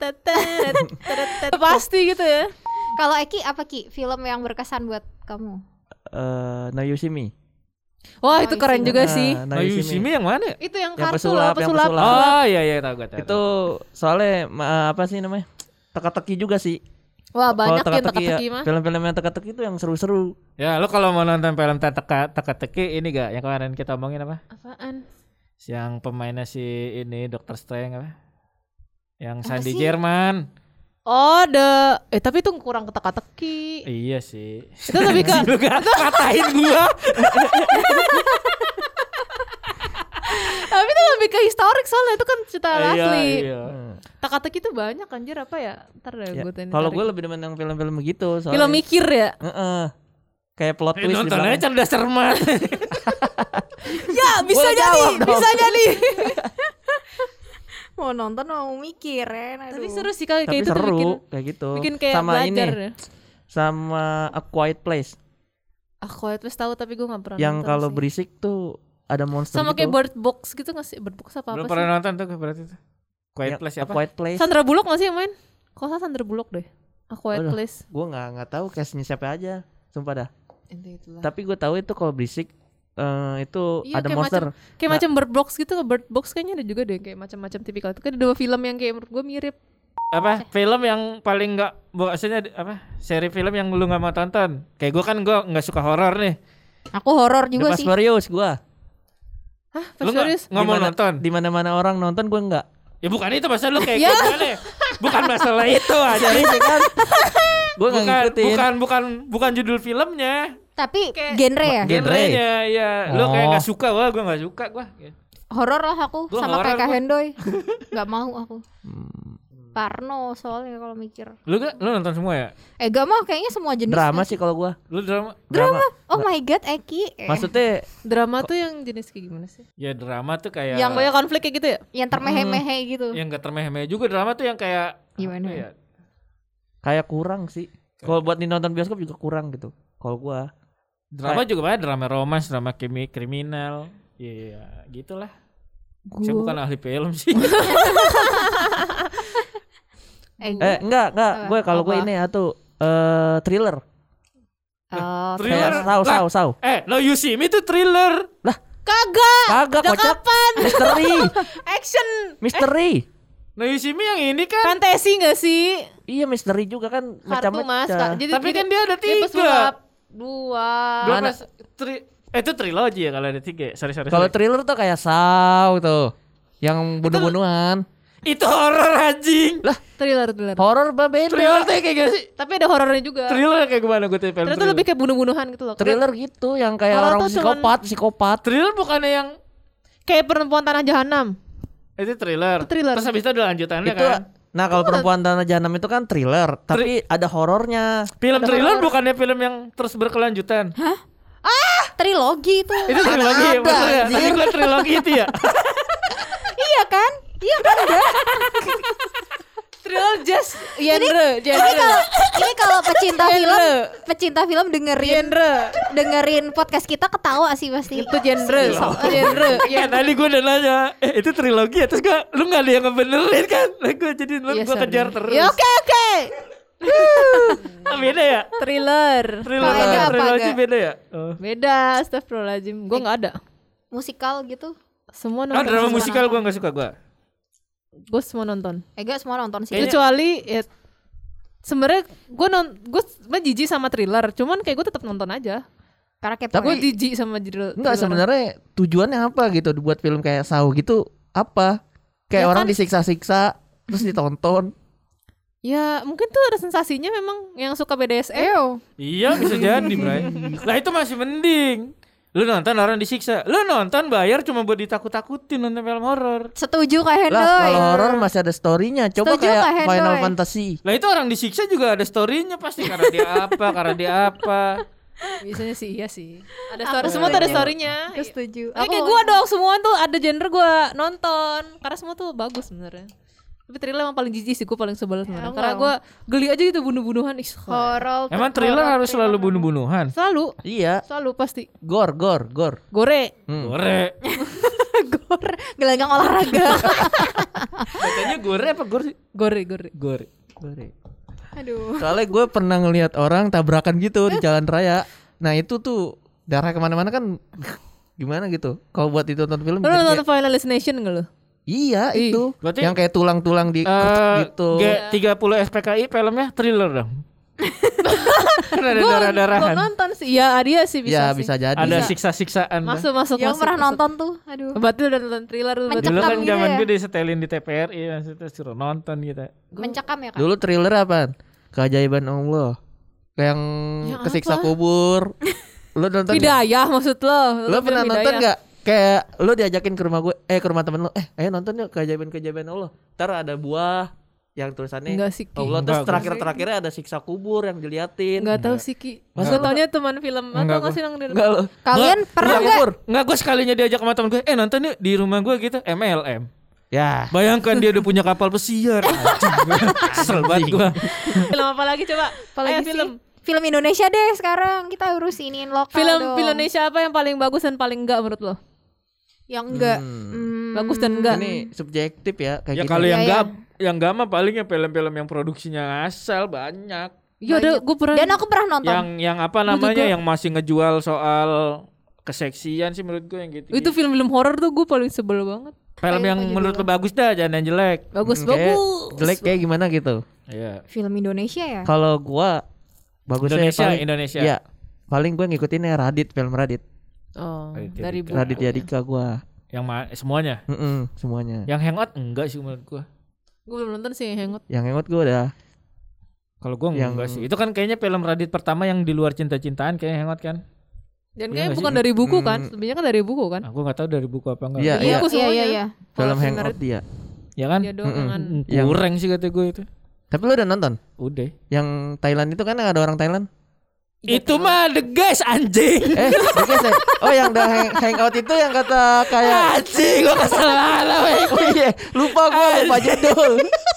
Pasti gitu ya. Kalau Eki apa Ki? Film yang berkesan buat kamu? Eh, Now You See Me. Wah, itu keren juga Nah, sih. Nah, Yushimi yang mana ya? Itu yang Yang kartu pesulap, lah, yang pesulap. pesulap. Oh iya iya tahu gue tahu. Itu soalnya ma- apa sih namanya? Teka-teki juga sih. Wah, banyak Kalau yang teka-teki teka-teki ya, mah. Film-film yang teka-teki itu yang seru-seru. Ya, lo kalau mau nonton film teka teka-teki ini gak yang kemarin kita omongin apa? Apaan? Yang pemainnya si ini Doctor Strange apa? Yang Apa Sandy sih? Jerman. Oh, the eh tapi itu kurang teka-teki. Iya sih. Itu lebih ke Lu gak katain gua. tapi itu lebih ke historik soalnya itu kan cerita Iya, asli. iya. Teka-teki itu banyak anjir apa ya? Ntar deh Ya, gue tanya. kalau gue lebih demen yang film-film begitu soalnya. film mikir ya. Heeh. Kayak plot Eh, twist di nonton aja belakang. cerdas cermat. Ya, bisa Boleh jadi, jawab dong. bisa jadi. Mau nonton mau mikir ya. Tapi seru sih kalau Tapi kayak itu tuh seru bikin kayak gitu. bikin kayak sama belajar ini, ya. sama A Quiet Place. Aku itu tahu tapi gue nggak pernah Yang nonton kalau sih. berisik tuh ada monster sama gitu. kayak Bird Box gitu nggak sih? Bird Box apa Belum apa pernah sih? nonton tuh berarti tuh. Quiet Yang Place A apa? Quiet Place. Sandra Bullock nggak sih yang main? Kok salah Sandra Bullock deh. A Quiet Aduh. Place. Gue nggak nggak tahu castnya siapa aja, sumpah dah. Intinya itulah. Tapi gue tahu itu kalau berisik eh, itu Iya, ada kayak monster. Kayak Nah. macam Bird Box gitu. Bird Box kayaknya ada juga deh kayak macam-macam tipikal. Itu kan ada dua film yang kayak menurut gue mirip. Apa? Film yang paling enggak maksudnya apa? Seri film yang lu enggak mau tonton. Kayak gua kan gua enggak suka horor nih. Aku horor The juga Fast sih. Furious gue. Hah? Fast Lu enggak Furious? enggak mau Dimana- nonton. Di mana-mana orang nonton gue enggak. Ya bukan itu masalah lu kayak Ya. gimana ya? Bukan masalah itu aja. Serius kan? Gue nggak Bukan ngikutin. bukan bukan bukan judul filmnya. Tapi Kayak- genre ya. Genre. Genrenya ya. Lu kayak Oh. enggak suka, wah gua enggak suka gua. Horor lah aku Gua sama horor, kayak Kak gua. Hendoy. Gak mau aku. Hmm, Parno soalnya kalau mikir. Lu gak lu nonton semua ya? Eh gak mau kayaknya semua jenis. drama sih kalau gue. Lu drama? Drama. Oh my god, Eki. Eh, Maksudnya Drama tuh yang jenis kayak gimana sih? Ya drama tuh kayak Yang banyak konflik kayak gitu ya? yang termehe-mehe gitu. yang enggak termeh-meh juga drama tuh yang kayak Gimana apa ya? kayak kurang sih. Kalau buat nonton bioskop juga kurang gitu. Kalau gue. Drama juga banyak, drama romans, drama kimi kriminal. Iya, gitulah. Saya bukan ahli film sih. Eh, Eh enggak enggak. Apa? Gue kalau gue Apa? ini ya tuh eh thriller. oh, Thriller. Kayak saw Lah. saw saw. Eh, No You See Me itu thriller. Kagak! Kagak Udah kocak. kapan? Misteri. Action! Misteri. No You See Me yang ini kan. Fantasi gak sih? Iya misteri juga kan Kartu mas. Kak. macam-macam. Jadi, Tapi jadi- kan dia ada dia tiga. pesulap. Dua. Dua Mana? plus tri- eh itu trilogi ya kalau ada tiga. Sorry sorry. Kalau sorry. thriller tuh kayak saw tuh. Yang bunuh-bunuhan. Itu horor anjing. Lah, Thriller, thriller. horor bah beda. Thriller tuh kayak gimana sih? Tapi ada horornya juga. Thriller kayak gimana gue tuh film Ternyata lebih kayak bunuh-bunuhan gitu loh. Thriller gitu yang kayak Horor orang tuh cuman- psikopat, psikopat. Thriller bukannya yang Kayak perempuan tanah jahanam. itu thriller. Itu thriller. Terus habis itu ada lanjutannya Itu kan. nah kalau perempuan tanah jahanam itu kan thriller, tapi ada horornya. Film ada thriller horor. bukannya film yang terus berkelanjutan. trilogi itu. Itu trilogi ya, ada, bener ya. anjir. Tadi gue trilogi itu ya. Iya kan? Iya kan udah. Thriller just genre, Ini genre. kalau ini kalau pecinta Genre. film, pecinta film dengerin Genre. dengerin podcast kita ketawa sih pasti. Itu genre, so, genre. Ya tadi gue udah nanya, eh itu trilogi ya? Terus gue, lu gak ada yang ngebenerin kan? Lah gue jadi lu Iya, gue sorry. kejar terus. Ya oke oke. Ah, beda ya? Thriller. Thriller Kalau sama ada apa trilogi enggak? beda ya? Oh. Beda, astagfirullahaladzim. Gue gak ada. Musikal gitu. Semua Ah, nonton. drama semua musikal nonton. gue gak suka gue. Gue semua nonton. Eh gak semua nonton sih. Kayaknya- Kecuali ya sebenarnya gue non gue sebenarnya jijik sama thriller, cuman kayak gue tetap nonton aja. Karena kepo. Tapi- Gue jijik sama thriller. Enggak sebenarnya tujuannya apa gitu buat film kayak saw gitu apa? Kayak Ya orang kan- disiksa-siksa terus ditonton. Ya mungkin tuh ada sensasinya memang yang suka B D S M. Ew. Iya bisa jadi Bray. Lah itu masih mending. Lu nonton orang disiksa. Lu nonton bayar cuma buat ditakut-takutin nonton film horor. Setuju Kak Lah Hendoy. kalau horor masih ada storynya. Coba Setuju, kayak Kak Hendoy. Final Fantasy. Lah itu orang disiksa juga ada storynya pasti karena dia apa, karena dia apa. Biasanya sih iya sih. Ada story, semua tuh ada storynya. Aku setuju. Ya, kayak gue dong, semua tuh ada genre gue nonton. Karena semua tuh bagus sebenarnya. Tapi thriller emang paling jijik sih, gue paling sebel sebenarnya. aku Karena nggak gue geli aja gitu bunuh-bunuhan. Ih, horor. Emang thriller harus selalu bunuh-bunuhan. selalu, Iya, selalu pasti. gor gor gor. Gore. Hmm. Gore. Gor, gelanggang olahraga. Bacanya gore apa gore sih? Gore, gore. Gore. Gore. Aduh. Soalnya gue pernah ngelihat orang tabrakan gitu di jalan raya. Nah itu tuh darah kemana-mana kan gimana gitu. Kalau buat ditonton film Lu jadi nonton kayak, Final Destination enggak lu? iya Ih, itu. berarti- Yang kayak tulang-tulang di Eh, gitu. G tiga puluh S P K I filmnya thriller dong. Kan ada Gua darah-darahan. nonton sih. Ya dia sih bisa Ya sih. bisa jadi. Ada Bisa. siksa-siksaan. dah. Masuk masuk Yang masuk, pernah masuk. nonton tuh. Aduh. Berarti lu udah nonton thriller lu. berarti. Dulu Mencekam kan gitu zaman ya? gue disetelin di T P R I maksudnya suruh nonton gitu. Mencekam ya kan? Dulu thriller apaan? Keajaiban Allah. Kayak yang Yang kesiksa apa? kubur. Lu nonton nggak? Hidayah maksud lo. Lu pernah nonton nggak? Kayak lu diajakin ke rumah gue, eh ke rumah temen lu, eh ayo nonton yuk keajaiban-keajaiban Allah. Ntar ada buah yang tulisannya Enggak sih Ki. Allah, Enggak, terus gua- terakhir-terakhirnya ada siksa kubur yang diliatin. Enggak tahu sih Ki. Enggak. Gue taunya teman film apa Enggak, enggak sih yang di Enggak lu. Kalian pernah Siksa nggak? kubur. Enggak, gue sekalinya diajak sama temen gue, eh nonton yuk di rumah gue gitu, M L M. Ya. Bayangkan dia udah punya kapal pesiar. Anjing, gua kesel banget gue. film apa lagi coba? Apalagi Ayo, sih? film. Film Indonesia deh sekarang kita harus iniin lokal Film dong. film Indonesia apa yang paling bagus dan paling enggak menurut lo? Yang enggak Hmm. hmm, Bagus dan enggak. Ini subjektif ya kayak Ya gini. kalau yang Iya, enggak yang enggak mah paling ya film-film yang produksinya asal banyak. Iya ada gue pernah. Dan aku pernah nonton. Yang yang apa namanya juga. yang masih ngejual soal keseksian sih menurut gue yang gitu. itu film-film horor tuh gue paling sebel banget. film Kayak yang apa juga menurut gua. lo bagus dah, jangan yang jelek. Bagus Hmm, kayak bagus. jelek kayak gimana gitu. Iya. Film Indonesia ya? Kalau gua bagusnya Indonesia, paling, Indonesia. Iya. Paling gua ngikutin ya Radit, film Radit. Oh, Raditya dari Dika. buku. Raditya Dika gua. Yang ma- semuanya. Mm-mm, semuanya. Yang hangout enggak sih menurut gua. Gue belum nonton sih yang Hangout. Yang emot gua udah. Kalau gua Yang- enggak sih. Itu kan kayaknya film Radit pertama yang di luar cinta-cintaan kayak hangout kan. Dan Iya kayaknya nggak bukan sih? dari buku kan? Hmm. Sebenarnya kan dari buku kan? Aku enggak tahu dari buku apa enggak. Iya, Dari iya. buku Iya iya semuanya. iya. Film Kalau Hangout dia. Ya kan? Dia doang Mm-mm. kan. Mm, Yang- Kurang sih kata gue itu. Tapi lu udah nonton? Udah. Yang Thailand itu kan ada orang Thailand. Itu mah The Guys anjing. Eh, oke saya. Oh, yang udah hang, hangout itu yang kata kayak Anjing gua kesel banget weh. oh iya, lupa gua lupa judul.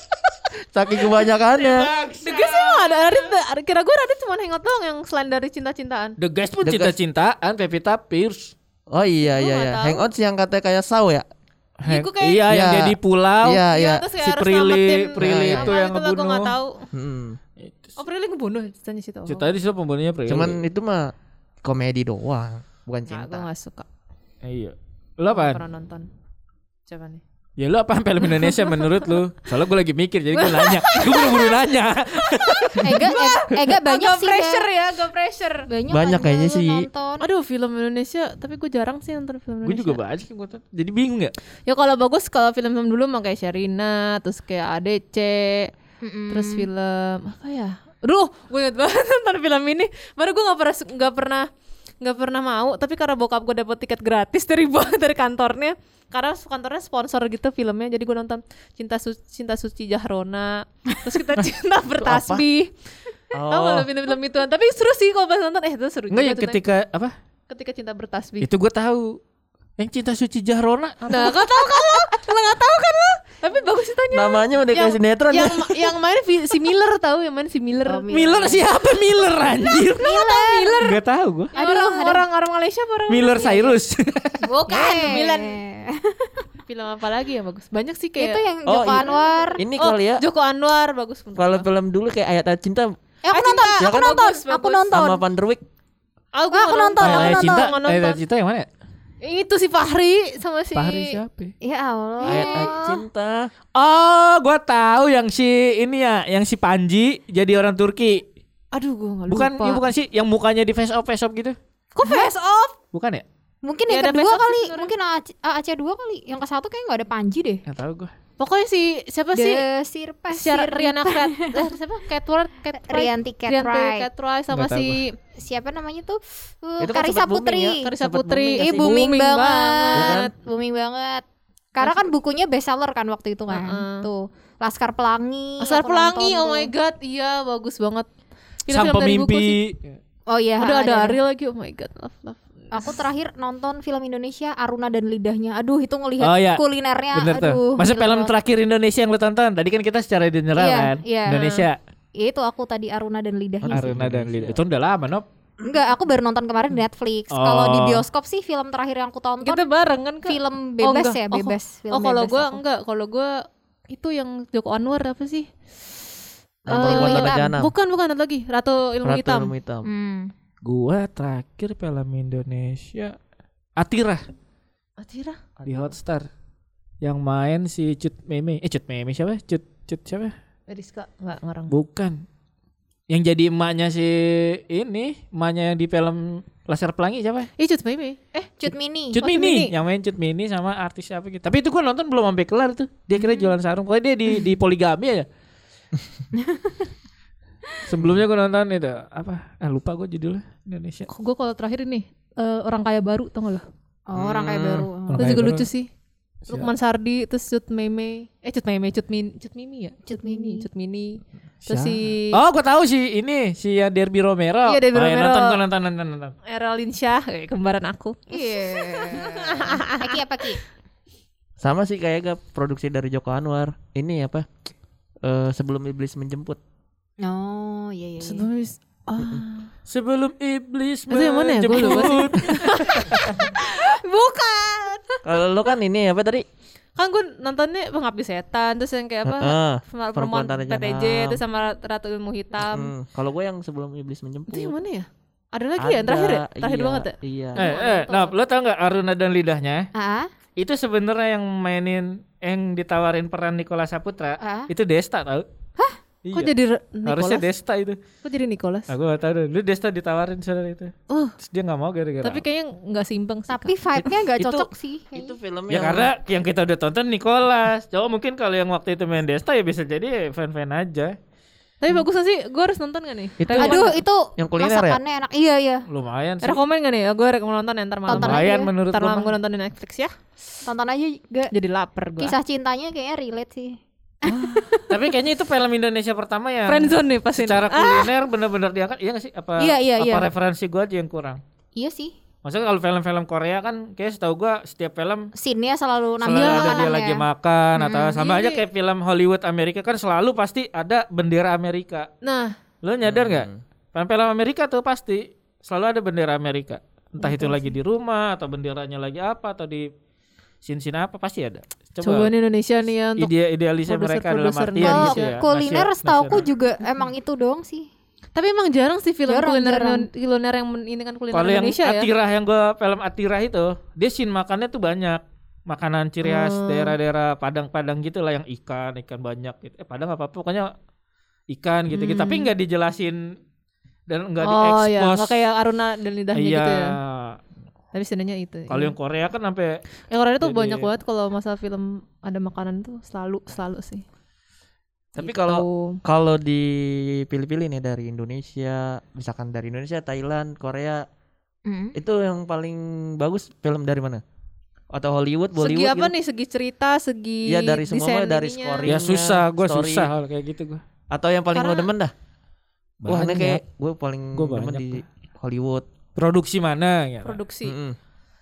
Saking kebanyakannya. The Guys emang ada Radit. Kira gue Radit cuma Hangout doang yang selain dari cinta-cintaan. The Guys pun The Guys. cinta-cintaan Pevita Pierce. Oh iya Gua iya nggak iya. tahu. Hangout sih yang katanya kayak saw ya. Iya, gua kayak- Iya, yang Iya. dia di pulau. Iya iya. terus kayak Si harus Prilly- selamatin Prilly orang itu lain yang lah, gua ngebunuh. nggak tahu. Hmm. Itu. Oh Prilly ngebunuh ceritanya situ. Oh. Cerita di situ pembunuhnya Prilly. Cuman itu mah komedi doang, bukan Nggak, gue cinta. gak suka. Eh, iya. Lu Gak apaan? pernah nonton. Siapa nih? Ya lu apaan film Indonesia menurut lu? Soalnya gue lagi mikir jadi gue nanya. Gue buru-buru nanya. Ega Ega, Ega banyak Agak sih pressure Bang. ya, agak pressure. Banyak, Banyak aja kayaknya lu sih. nonton. Aduh film Indonesia, tapi gue jarang sih nonton film Gue Indonesia. juga banyak gue tuh. Jadi bingung ya. Ya kalau bagus kalau film-film dulu mah kayak Sherina, terus kayak A D C, Mm-mm. terus film apa ya? Aduh, gue inget banget nonton film ini. Baru gue nggak pernah nggak pernah nggak pernah mau, tapi karena bokap gue dapet tiket gratis dari dari kantornya. Karena kantornya sponsor gitu filmnya, jadi gue nonton Cinta Su Cinta Suci Jahrona, terus kita cinta bertasbih. Tahu nggak lo film-film ituan? Tapi seru sih kalau pas nonton, eh itu seru Enggak ya juga tuh, ketika apa? ketika cinta bertasbih. Itu gue tahu. Yang Cinta Suci Jahrona. Nah, gak tahu kan lo? Lo gak tahu kan lo? Tapi bagus itanya. Namanya udah kayak sinetron yang, ya. ma- yang main vi- si Miller tahu, yang main si Miller. Oh, Miller siapa Miller anjir? Miller. Gak tahu gue. Yang orang, orang orang Malaysia apa orang Miller Malaysia? Cyrus. Bukan, Eh. Milan. Film apa lagi yang bagus? Banyak sih kayak Itu yang Oh, Joko ini- Anwar. Ini Oh, kali ya. Joko Anwar bagus menurut Kalau gua. film dulu kayak ayat-ayat cinta Eh aku Ah, nonton, cinta. aku Ya kan? nonton, Bagus, aku bagus. nonton. sama Van der Wijk. Ah, gua Aku nggak nonton, nonton. aku Ayat nonton. cinta, Nggak nonton. ayat cinta yang mana? Itu si Fahri sama si Fahri siapa? Ya Allah. Ayat-ayat cinta. Oh, gua tahu yang si ini ya, yang si Panji jadi orang Turki. Aduh, gua enggak lupa. Bukan, ya bukan sih, yang mukanya di face off face off gitu. Kok face off? Bukan ya? Mungkin Ya, yang ada kedua besok sih kali, sebenarnya. mungkin A C dua kali. Yang ke satu kayak nggak ada Panji deh. Enggak tahu gua. Pokoknya si siapa sih? The Sirpes. Siar Riana Cat, eh, siapa? Catward, Cat Rianti Catwright. Catwright sama Nggak tahu si Siapa namanya tuh? Uh, Itu kan Karisa sempet booming Putri. ya. Karisa Sempet Putri. booming Ih kasih. booming, Booming banget. banget. Booming banget. Karena kan bukunya bestseller kan waktu itu kan. Heeh. Tuh, Laskar Pelangi. Asal aku Pelangi, nonton oh tuh. my god, iya bagus banget. Sang Film-film dari buku pemimpi. sih. Oh iya. Udah ada ada. Ariel lagi, oh my god, love love. Aku terakhir nonton film Indonesia Aruna dan Lidahnya. Aduh, itu ngelihat Oh, iya. kulinernya. Bener tuh. aduh. Masa gila film banget. terakhir Indonesia yang lu tonton? Tadi kan kita secara general Iya, kan. iya. Indonesia. Itu aku tadi Aruna dan Lidahnya. sih. Aruna dan Lid. Itu udah lama, Nop. Enggak, aku baru nonton kemarin di Netflix. Oh. Kalau di bioskop sih film terakhir yang aku tonton Kita bareng kan Kak? film Oh, bebas enggak. ya, Oh, bebas. Film Oh, kalau bebas gua aku. enggak, kalau gua itu yang Joko Anwar apa sih? Yang Eh, perempuan Ilmu tanah Hitam. jahanam. Bukan, bukan ada lagi. Ratu Ilmu Ratu Hitam. Ilmu Hitam. Hmm. Gua terakhir film Indonesia Atira Atira. di Hotstar. Yang main si Cut Meme. Eh Cut Meme siapa? Cut Cut siapa? Rizka enggak ngarang. Bukan. Yang jadi emaknya si ini, emaknya yang di film Laser Pelangi siapa? Ih, Cut Meme. Eh, Cut Mini. Cut Oh, Cut Mini, Mini. yang main Cut Mini sama artis siapa gitu. Tapi itu gua nonton belum sampai kelar tuh. Dia kira jualan sarung. Pokoknya dia di di poligami aja. Sebelumnya gua nonton itu apa? Ah lupa gua judulnya Indonesia. gue kalau terakhir ini eh, orang kaya baru tau gak lo? Oh, orang kayak baru. Orang Itu kaya juga baru. lucu sih. Siap. Lukman Sardi, terus Cut Meme, eh Cut Meme, Cut Min, Cut Mimi ya, Cut Mini. Cut Mini, terus Siapa? si Oh, gua tahu sih ini si yang Derby Romero. Iya, Derby Oh, ya, Romero. nonton, gua nonton, nonton, nonton. Eralin Syah, eh, kembaran aku. Iya. Aki apa Ki? Sama sih kayak gak produksi dari Joko Anwar. Ini apa? Eh sebelum iblis menjemput. Oh, iya iya. iya. Sebelum ah, Sebelum iblis Itu yang mana ya? Gua lupa sih. menjemput. bukan. Kalau lo kan ini apa tadi? Kan gue nontonnya Pengabdi Setan, terus yang kayak apa? Heeh. Perempuan Perempuan Tanah P T J, Jahanam. terus sama Ratu Ilmu Hitam. Hmm, kalau gue yang sebelum iblis menjemput. Itu yang mana ya? Ada lagi ya? Yang terakhir ya? Terakhir iya, banget ya? Iya. Eh, eh, nah, lo tau nggak Aruna dan Lidahnya? Ah, Itu sebenarnya yang mainin yang ditawarin peran Nicholas Saputra, ah. itu Desta tau? Hah? Iya. Kok jadi Re- Harusnya Nicholas? Desta itu. Kok jadi Nicholas? Aku gak tahu deh. Lu Desta ditawarin saudara itu. Oh, Terus dia gak mau gara-gara. tapi kayaknya nggak seimbang sih. Tapi vibe-nya gak Itu- cocok sih. Itu film ya yang karena yang kita udah tonton Nicholas. Coba mungkin kalau yang waktu itu main Desta ya bisa jadi fan-fan aja. Tapi bagus gak sih? Gue harus nonton gak nih? Itu- Rekomen Aduh, nggak? itu Yang kuliner ya? masakannya enak. Iya, iya. Lumayan sih. Rekomen gak nih? Gue rekomen nonton ya ntar malam. Tonton Lumayan aja. menurut Ntar gua malam mah. gue nonton di Netflix ya. Tonton aja gak. Jadi lapar gue. Kisah cintanya kayaknya relate sih. Tapi kayaknya itu film Indonesia pertama yang Friendzone nih pas ini. secara kuliner bener-bener diangkat. Iya gak sih? Apa, Iya, iya, apa iya. referensi gua aja yang kurang? Iya sih. Maksudnya kalau film-film Korea kan kayak setahu gua setiap film Scene-nya selalu selalu nambah ada dia makanannya. lagi makan atau Mm-mm. sama Iya, aja iya. kayak film Hollywood Amerika kan selalu pasti ada bendera Amerika. Nah, Lo nyadar nggak? Hmm. Film-film Amerika tuh pasti selalu ada bendera Amerika. Entah itu lagi di rumah atau benderanya lagi apa atau di scene-scene apa pasti ada. coba Coba nih Indonesia nih ya untuk ide idealisnya mereka dalam produser-produser artian Kalau gitu ya. kuliner Nasional- setauku nasional. juga emang itu doang sih. Tapi emang jarang sih film Jarang, kuliner jarang. kuliner yang men- ini kan kuliner Kalau yang Indonesia ya. Atirah yang gua film Atirah itu, dia scene makannya tuh banyak. Makanan ciri khas Hmm. daerah-daerah Padang-Padang gitu lah yang ikan, ikan banyak gitu. Eh Padang apa-apa pokoknya ikan gitu-gitu. Hmm. Tapi nggak dijelasin dan nggak Oh diekspos. ya, nggak kayak Aruna dan lidahnya iya. gitu ya. Tapi sebenarnya itu. Kalau iya. yang Korea kan sampai yang Korea tuh jadi- banyak banget kalau masalah film ada makanan tuh selalu selalu sih. Tapi Gitu. kalau kalau dipilih-pilih nih dari Indonesia, misalkan dari Indonesia, Thailand, Korea, Mm. itu yang paling bagus film dari mana? Atau Hollywood, Bollywood segi apa gitu? nih? Segi cerita, segi Iya, dari semua mah, desain dari ininya. scoring. ya susah, gue story. susah kalau kayak gitu gue. Atau yang paling lo Karena- demen dah? Wah, ini Banyak. kayak gue paling Gua demen banyak di tuh. Hollywood. Produksi mana ya? produksi. Mm-mm.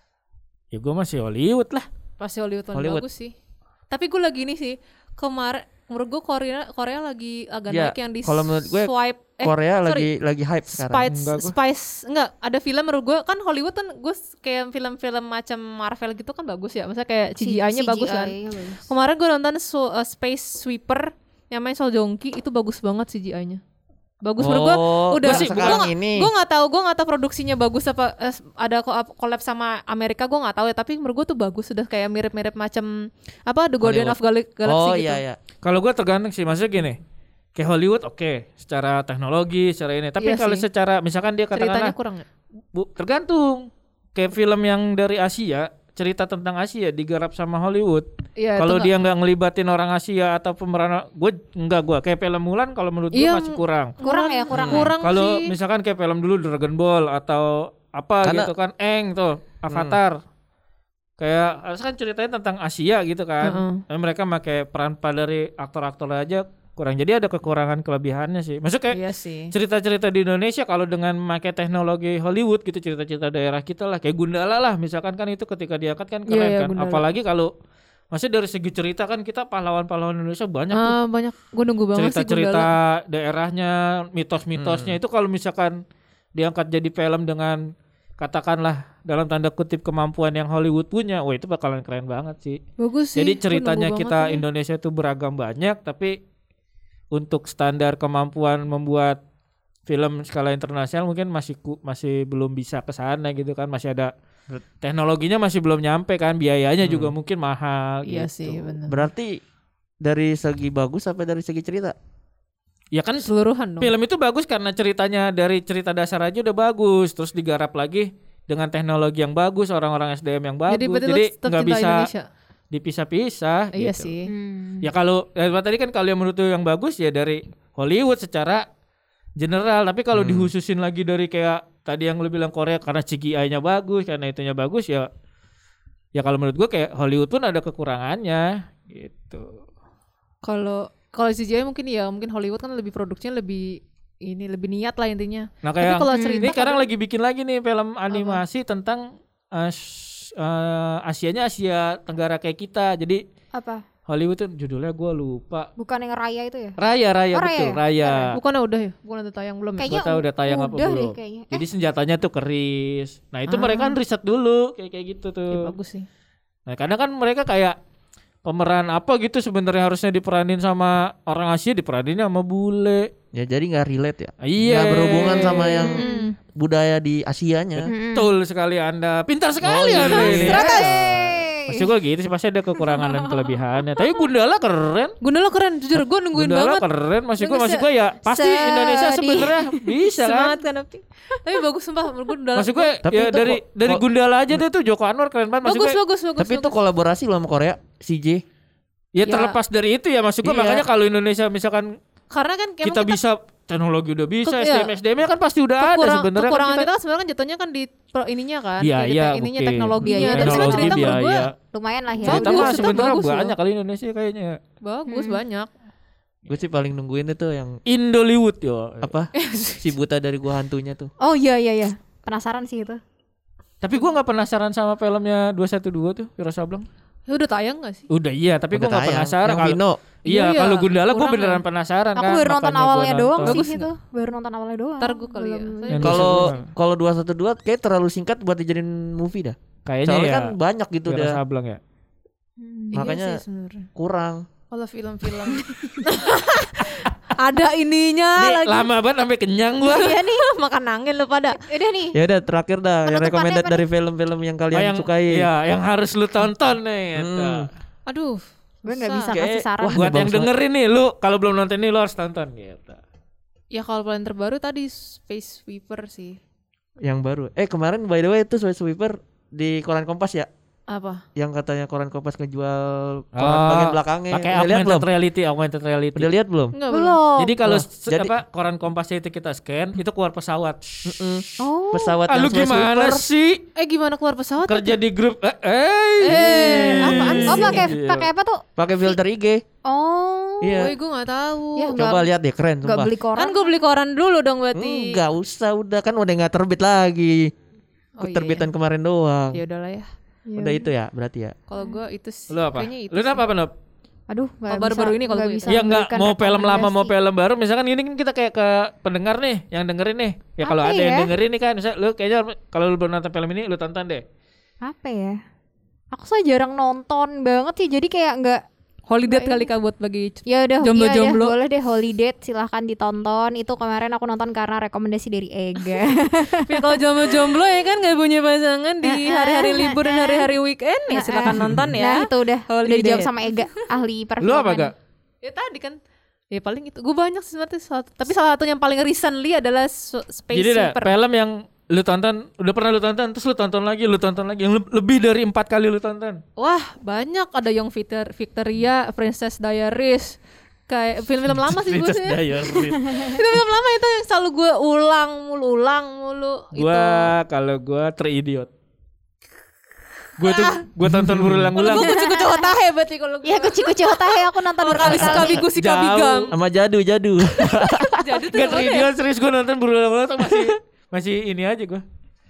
Ya gue masih Hollywood lah. Pasti Hollywood, paling Hollywood. bagus sih. Tapi gue lagi nih sih kemarin menurut gue Korea Korea lagi agak Ya, naik yang di kalau menurut gue swipe eh Korea sorry. lagi lagi hype sekarang. Spice, Enggak, gua. Spice, enggak ada film menurut gue kan Hollywood kan gue kayak film-film macam Marvel gitu kan bagus ya, maksudnya kayak C G I-nya bagus kan. C G I-nya bagus. Kemarin gue nonton so, uh, Space Sweeper yang main Song Joong Ki itu bagus banget C G I-nya. Bagus menurut gue. Oh, Udah sih, sekarang gua, ini. Gue nggak tahu, gue nggak tahu produksinya bagus apa eh, ada ko- collab sama Amerika, gue nggak tahu ya. Tapi menurut gue tuh bagus, sudah kayak mirip-mirip macam apa The Guardian Hollywood. of Gal- Galaxy Oh gitu. iya iya. Kalau gue tergantung sih, maksudnya gini. Kayak Hollywood oke, secara teknologi, secara ini. Tapi Iya kalau sih. secara misalkan dia Ceritanya katakanlah kurang ya? Bu, tergantung. Kayak film yang dari Asia, cerita tentang Asia digarap sama Hollywood. Iya, Kalau itu dia nggak ngelibatin orang Asia atau pemeran, gue enggak gue kayak film Mulan kalau menurut gue Iya, masih kurang. Kurang ya, kurang. kurang Kalau sih. misalkan kayak film dulu Dragon Ball atau apa Karena- gitu kan, Eng tuh, Avatar. Kayak harusnya kan ceritanya tentang Asia gitu kan. Heeh. Tapi mereka pakai peran dari aktor-aktor aja kurang. Jadi ada kekurangan kelebihannya sih. Maksudnya kayak Iya sih. cerita-cerita di Indonesia kalau dengan memakai teknologi Hollywood gitu, cerita-cerita daerah kita lah kayak Gundala lah misalkan, kan itu ketika diangkat kan keren Iya, iya, kan. Gundala. Apalagi kalau maksudnya dari segi cerita kan kita pahlawan-pahlawan Indonesia banyak tuh. Ah, banyak. Gue nunggu banget sih Cerita-cerita Gundala. daerahnya, mitos-mitosnya itu kalau misalkan diangkat jadi film dengan katakanlah dalam tanda kutip kemampuan yang Hollywood punya, wah itu bakalan keren banget sih. Bagus sih. Jadi Gua ceritanya nunggu kita banget ini. Indonesia itu beragam banyak, tapi untuk standar kemampuan membuat film skala internasional mungkin masih ku- masih belum bisa ke sana gitu kan, masih ada teknologinya masih belum nyampe kan, biayanya Hmm. juga mungkin mahal. Iya gitu. sih benar. Berarti dari segi bagus apa dari segi cerita? Ya kan Keseluruhan dong. film itu bagus karena ceritanya dari cerita dasar aja udah bagus, terus digarap lagi dengan teknologi yang bagus, orang-orang S D M yang bagus. Jadi berarti lu Jadi tetap nggak cinta bisa Indonesia. dipisah-pisah. Iya gitu. sih. Hmm. Ya kalau ya tadi kan kalau yang menurut lu yang bagus ya dari Hollywood secara general, tapi kalau Hmm. dihususin lagi dari kayak tadi yang lu bilang Korea karena C G I-nya bagus, karena itunya bagus ya. Ya kalau menurut gua kayak Hollywood pun ada kekurangannya gitu. Kalau kalau C G I mungkin ya mungkin Hollywood kan lebih produksinya lebih ini lebih niat lah intinya. Nah Tapi kayak kalau Hmm. cerita ini sekarang kan- lagi bikin lagi nih film animasi tentang uh, sh- uh, Asianya Asia Tenggara kayak kita. Jadi Apa? Hollywood tuh judulnya gua lupa. Bukan yang Raya itu ya? Raya Raya Oh, Raya betul ya? Raya. bukannya udah ya? Bukan udah tayang belum ya? Kayaknya Gua tahu udah tayang apa udah deh belum. kayaknya. Jadi senjatanya tuh keris. Nah itu Ah. mereka kan riset dulu kayak kayak gitu Ya, tuh. bagus sih. Nah karena kan mereka kayak pemeran apa gitu sebenarnya harusnya diperanin sama orang Asia, diperaninnya sama bule. Ya jadi nggak relate ya. Iya. Nggak berhubungan sama yang Hmm. budaya di Asianya. Mm-mm. Betul sekali Anda. Pintar sekali Oh, Anda iya. ini. Hey. Maksud gue gitu sih pasti ada kekurangan dan kelebihannya. Tapi Gundala keren. Gundala keren, jujur gue nungguin Gundala banget. keren. Maksud gue, Nunggu maksud se- gue ya pasti sedih. Indonesia sebenarnya bisa kan. Semangat kan tapi. Tapi bagus sumpah menurut gue Gundala. Maksud gue Tapi ya itu dari kok- dari kok- Gundala aja deh tuh Joko Anwar keren banget. Maksud bagus, gue bagus, bagus. Tapi itu bagus. kolaborasi loh sama Korea, C J. ya Ya. terlepas dari itu ya maksud gue Iya. makanya kalau Indonesia misalkan karena kan emang kita, bisa teknologi udah bisa, Ke- S D M iya. S D M-nya kan pasti udah ada kekurang, sebenarnya kan kekurangan kita. kita kan sebenarnya kan jatuhnya kan di pro- ininya kan. Iya, Kayak iya, te- ininya oke. teknologinya. Iya, Tapi sebenarnya teknologi, cerita menurut gue biaya. Lumayan lah ya. Cerita Bagus, mah cerita sebenarnya bagus loh. banyak kali Indonesia kayaknya. bagus Hmm. banyak. Gue sih paling nungguin itu yang Indollywood yo. apa? Si buta dari gua hantunya tuh. Oh iya iya iya. Penasaran sih itu. Tapi gua nggak penasaran sama filmnya dua satu dua tuh, Wiro Sableng. Ya udah tayang gak sih? Udah iya, tapi Udah gua nggak tayang. penasaran Yang kalau Vino. Iya, Iya, kalau iya. Gundala gua Kurang beneran ya. penasaran Aku kan. baru nonton makanya gua awalnya doang nonton. sih Bagus itu. Baru nonton awalnya doang. Ntar gua kali ya. Belum- Soalnya Yang Kalau dua- kalau dua satu dua kayak terlalu singkat buat dijadiin movie dah. Kayaknya Soalnya ya. kan banyak gitu Wiro dah. Sableng ya. Hmm. Iya Makanya sih sebenarnya. kurang. Kalau film-film ada ininya Nih, lagi. lama banget sampai kenyang gua. Iya nih. Makan angin lu pada. Udah nih. Ya udah terakhir dah yang Penutupannya recommended apa dari film-film yang kalian Oh, yang sukai. Iya, yang harus lu tonton nih. gitu. Hmm. Aduh. Gue nggak susah. bisa Kayak- kasih saran. wah, Buat ini yang bagus dengerin nih, lu kalau belum nonton ini lu harus tonton gitu. Ya kalau paling terbaru tadi Space Sweeper sih. Yang baru. Eh kemarin by the way itu Space Sweeper di koran Kompas ya, Apa? yang katanya koran Kompas ngejual koran Oh, bagian belakangnya. Pakai Udah lihat belum? augmented reality, augmented reality. Udah lihat belum? Enggak belum. Belum. Jadi kalau Oh, s- jadi- apa koran Kompasnya itu kita scan, itu keluar pesawat. Mm-mm. Oh. Pesawat Ah, yang lu Space gimana Sweeper. sih? Eh gimana keluar pesawat? Kerja di grup eh, eh, Eh, Apaan? Oh pakai Iya. pakai apa tuh? Pakai filter I G. Oh. Iya. Woi gue gak tahu. Ya, Coba lihat deh, keren Gak sumpah. beli koran. Kan gue beli koran dulu dong berarti. Enggak usah, udah kan udah nggak terbit lagi. Oh, iya, Terbitan kemarin doang. Ya udahlah ya. Iya. Udah itu ya, berarti ya. Kalau gue itu sih. Lu apa? Kayaknya itu. Lu sih. apa apa Nop? Aduh, nggak Oh, baru-baru bisa- ini kalau nggak gue. bisa Ya enggak memberikan mau film lama mau rekomendasi. film baru, misalkan ini kan kita kayak ke pendengar nih, yang dengerin nih. Ya kalau Apa ada yang ya? dengerin nih kan, misalnya lu kayaknya kalau lu belum nonton film ini lu tonton deh. Apa ya? Aku so jarang nonton banget sih, jadi kayak nggak. Holiday Nggak kali ini. kak buat bagi. Ya udah, Jomblo-jomblo. iya deh, boleh deh Holiday, silahkan ditonton. Itu kemarin aku nonton karena rekomendasi dari Ega. Tapi kalau jomblo-jomblo ya kan nggak punya pasangan di hari-hari libur dan hari-hari weekend ya silakan nonton Nah ya. itu udah, udah Holiday. dijawab sama Ega, ahli perfilman. Lu apa gak? Ya tadi kan. Ya paling itu. Gue banyak sih sebenarnya. salah- Tapi salah satu yang paling recently adalah Su- Space Jadi dah Sweeper. film yang lu tonton, udah pernah lu tonton, terus lu tonton lagi, lu tonton lagi, yang le- lebih dari empat kali lu tonton. Wah banyak, ada yang Victor, Victoria, Princess Diaries, kayak film-film lama sih gue Princess sih. Diaries. Film-film lama itu yang selalu gue ulang mulu, ulang mulu. Gua kalau gua teridiot. Gua tuh gua tonton berulang-ulang. Gue kucu-kucu otahe berarti kalau gue. Ya kuci-kuci otahe aku nonton Kali sekali berkali-kali. gue si Jauh. kabigam. Sama jadu jadu. Jadi tuh Gak yang mana ya? teridiot serius gua nonton berulang-ulang tuh masih masih ini aja gua.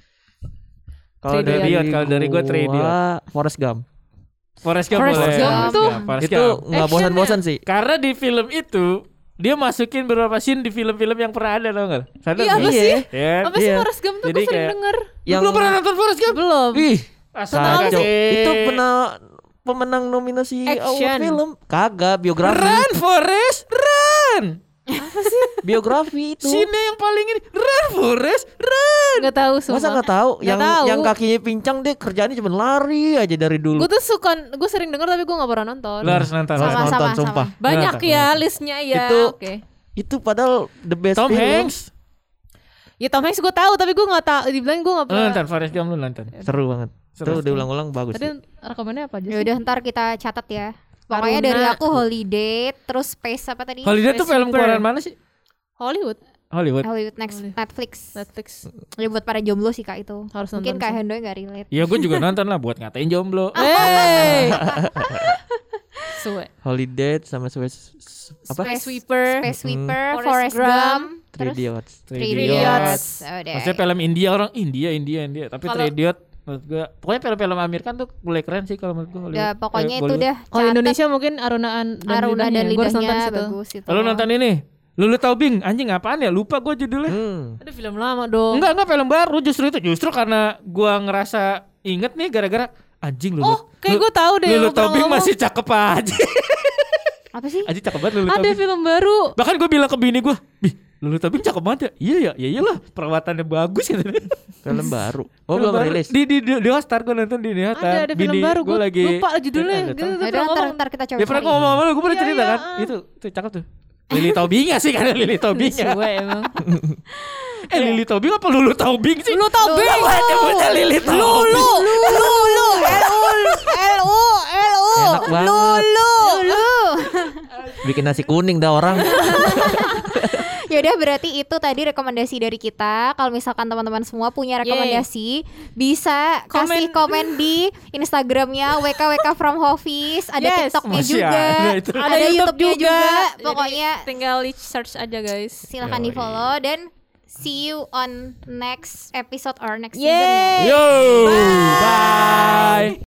Kalau Three dari Idiot, kalau dari gua Three Idiot. Forrest Gump. Forrest Gump Forrest boleh. Gump Forrest tuh- Gump, Forrest Itu Gump. nggak bosan-bosan sih. Karena di film itu dia masukin beberapa scene di film-film yang pernah ada tau gak? Sadar Iya, nggak? apa sih? Ya. Apa sih Iya. Forrest Gump tuh Jadi gue sering kayak- denger. Yang... Lu belum pernah nonton Forrest Gump? Belum. Ih, Astaga apa sih? sih. itu pernah pemenang nominasi Action. award film. Kagak, biografi. Run Forrest, run. Apa sih? Biografi itu. Sini yang paling ini Run Forest Run. Nggak tahu semua. Masa nggak tahu? Nggak Yang tahu. yang kakinya pincang dia kerjaannya cuma lari aja dari dulu. Gue tuh suka, gue sering denger tapi gue nggak pernah nonton. Lo harus nonton. Harus Sama, nonton sama, sumpah. Banyak Nonton. ya listnya ya. Itu- Oke. Itu padahal the best Tom film. Hanks. Ya Tom Hanks gue tahu tapi gue nggak tahu. Dibilang gue nggak Lo pernah. nonton Forrest Gump, lo nonton. Seru banget. Seru. Itu diulang-ulang bagus. Tadi sih. rekamannya apa aja Ya sih? udah ntar kita catat ya. Pokoknya Aruna. dari aku Holiday, terus Space apa tadi? Holiday tuh film Super. keluaran mana sih? Hollywood, Hollywood. Hollywood next Hollywood. Netflix. Netflix. Ya buat para jomblo sih Kak itu. Harus Mungkin nonton Kak sih. Hendoy gak relate. Iya gue juga nonton lah buat ngatain jomblo. Hey. Suwe. Holiday sama Space apa? Space Sweeper. Space Sweeper, Hmm. Forrest Forrest Gump, Three Idiots. Three Idiots. Idiots. Udah. Maksudnya film India orang India India India tapi Kalau- Three Idiot menurut gue pokoknya film-film Amerika tuh mulai keren sih kalau menurut gue. Ya pokoknya itu dah. Kalau catat. Indonesia mungkin Arunaan dan Aruna dan Lidahnya. Gua harus lidahnya nonton situ. bagus itu. Lalu nonton ini Lulu Tahu Bing anjing apaan ya lupa gue judulnya. Hmm. Ada film lama dong. Enggak enggak film baru justru itu justru karena gua ngerasa inget nih gara-gara anjing Lulu. Oh, kayak gue tahu deh. Lulu lu pernah Tahu Bing ngomong. masih cakep aja. Apa sih? Anjing cakep banget Lulu Tahu Ada Bing. film baru. Bahkan gue bilang ke bini gue, "Bih, Lulu Tahu Bing cakep banget ya." Iya ya, ya iyalah perawatannya bagus gitu. Film baru. Oh Film belum baru. rilis. Di di di, di Hotstar gue nonton di di Hotstar. Ada ada film baru. Gue Gue lagi lupa judulnya. Eh, ada Gitu, tahu. tuh Ya udah pernah ntar ngomong. ntar kita coba. Dia pernah cari. ngomong sama lu, gue pernah Iya, cerita iya, kan. ah. Itu tuh cakep tuh. Lili Taubing sih kan Lili Taubing ya. Suwe emang. Eh Lili Taubing apa Lulu Taubing sih? Lu tau Bing. Nyebutnya Lili Taubing. Lulu. Lulu. L U L U L U. Enak banget. Lulu. Bikin nasi kuning dah orang. Ya udah berarti itu tadi rekomendasi dari kita. Kalau misalkan teman-teman semua punya rekomendasi, bisa kasih komen di Instagramnya W K W K from Office. Ada Yes. TikToknya Masih juga, ada itu. ada, YouTube-nya juga. Jadi, Pokoknya tinggal di search aja guys. silahkan Yoi. di follow dan see you on next episode or next Yeay. season ya. Yo. Bye.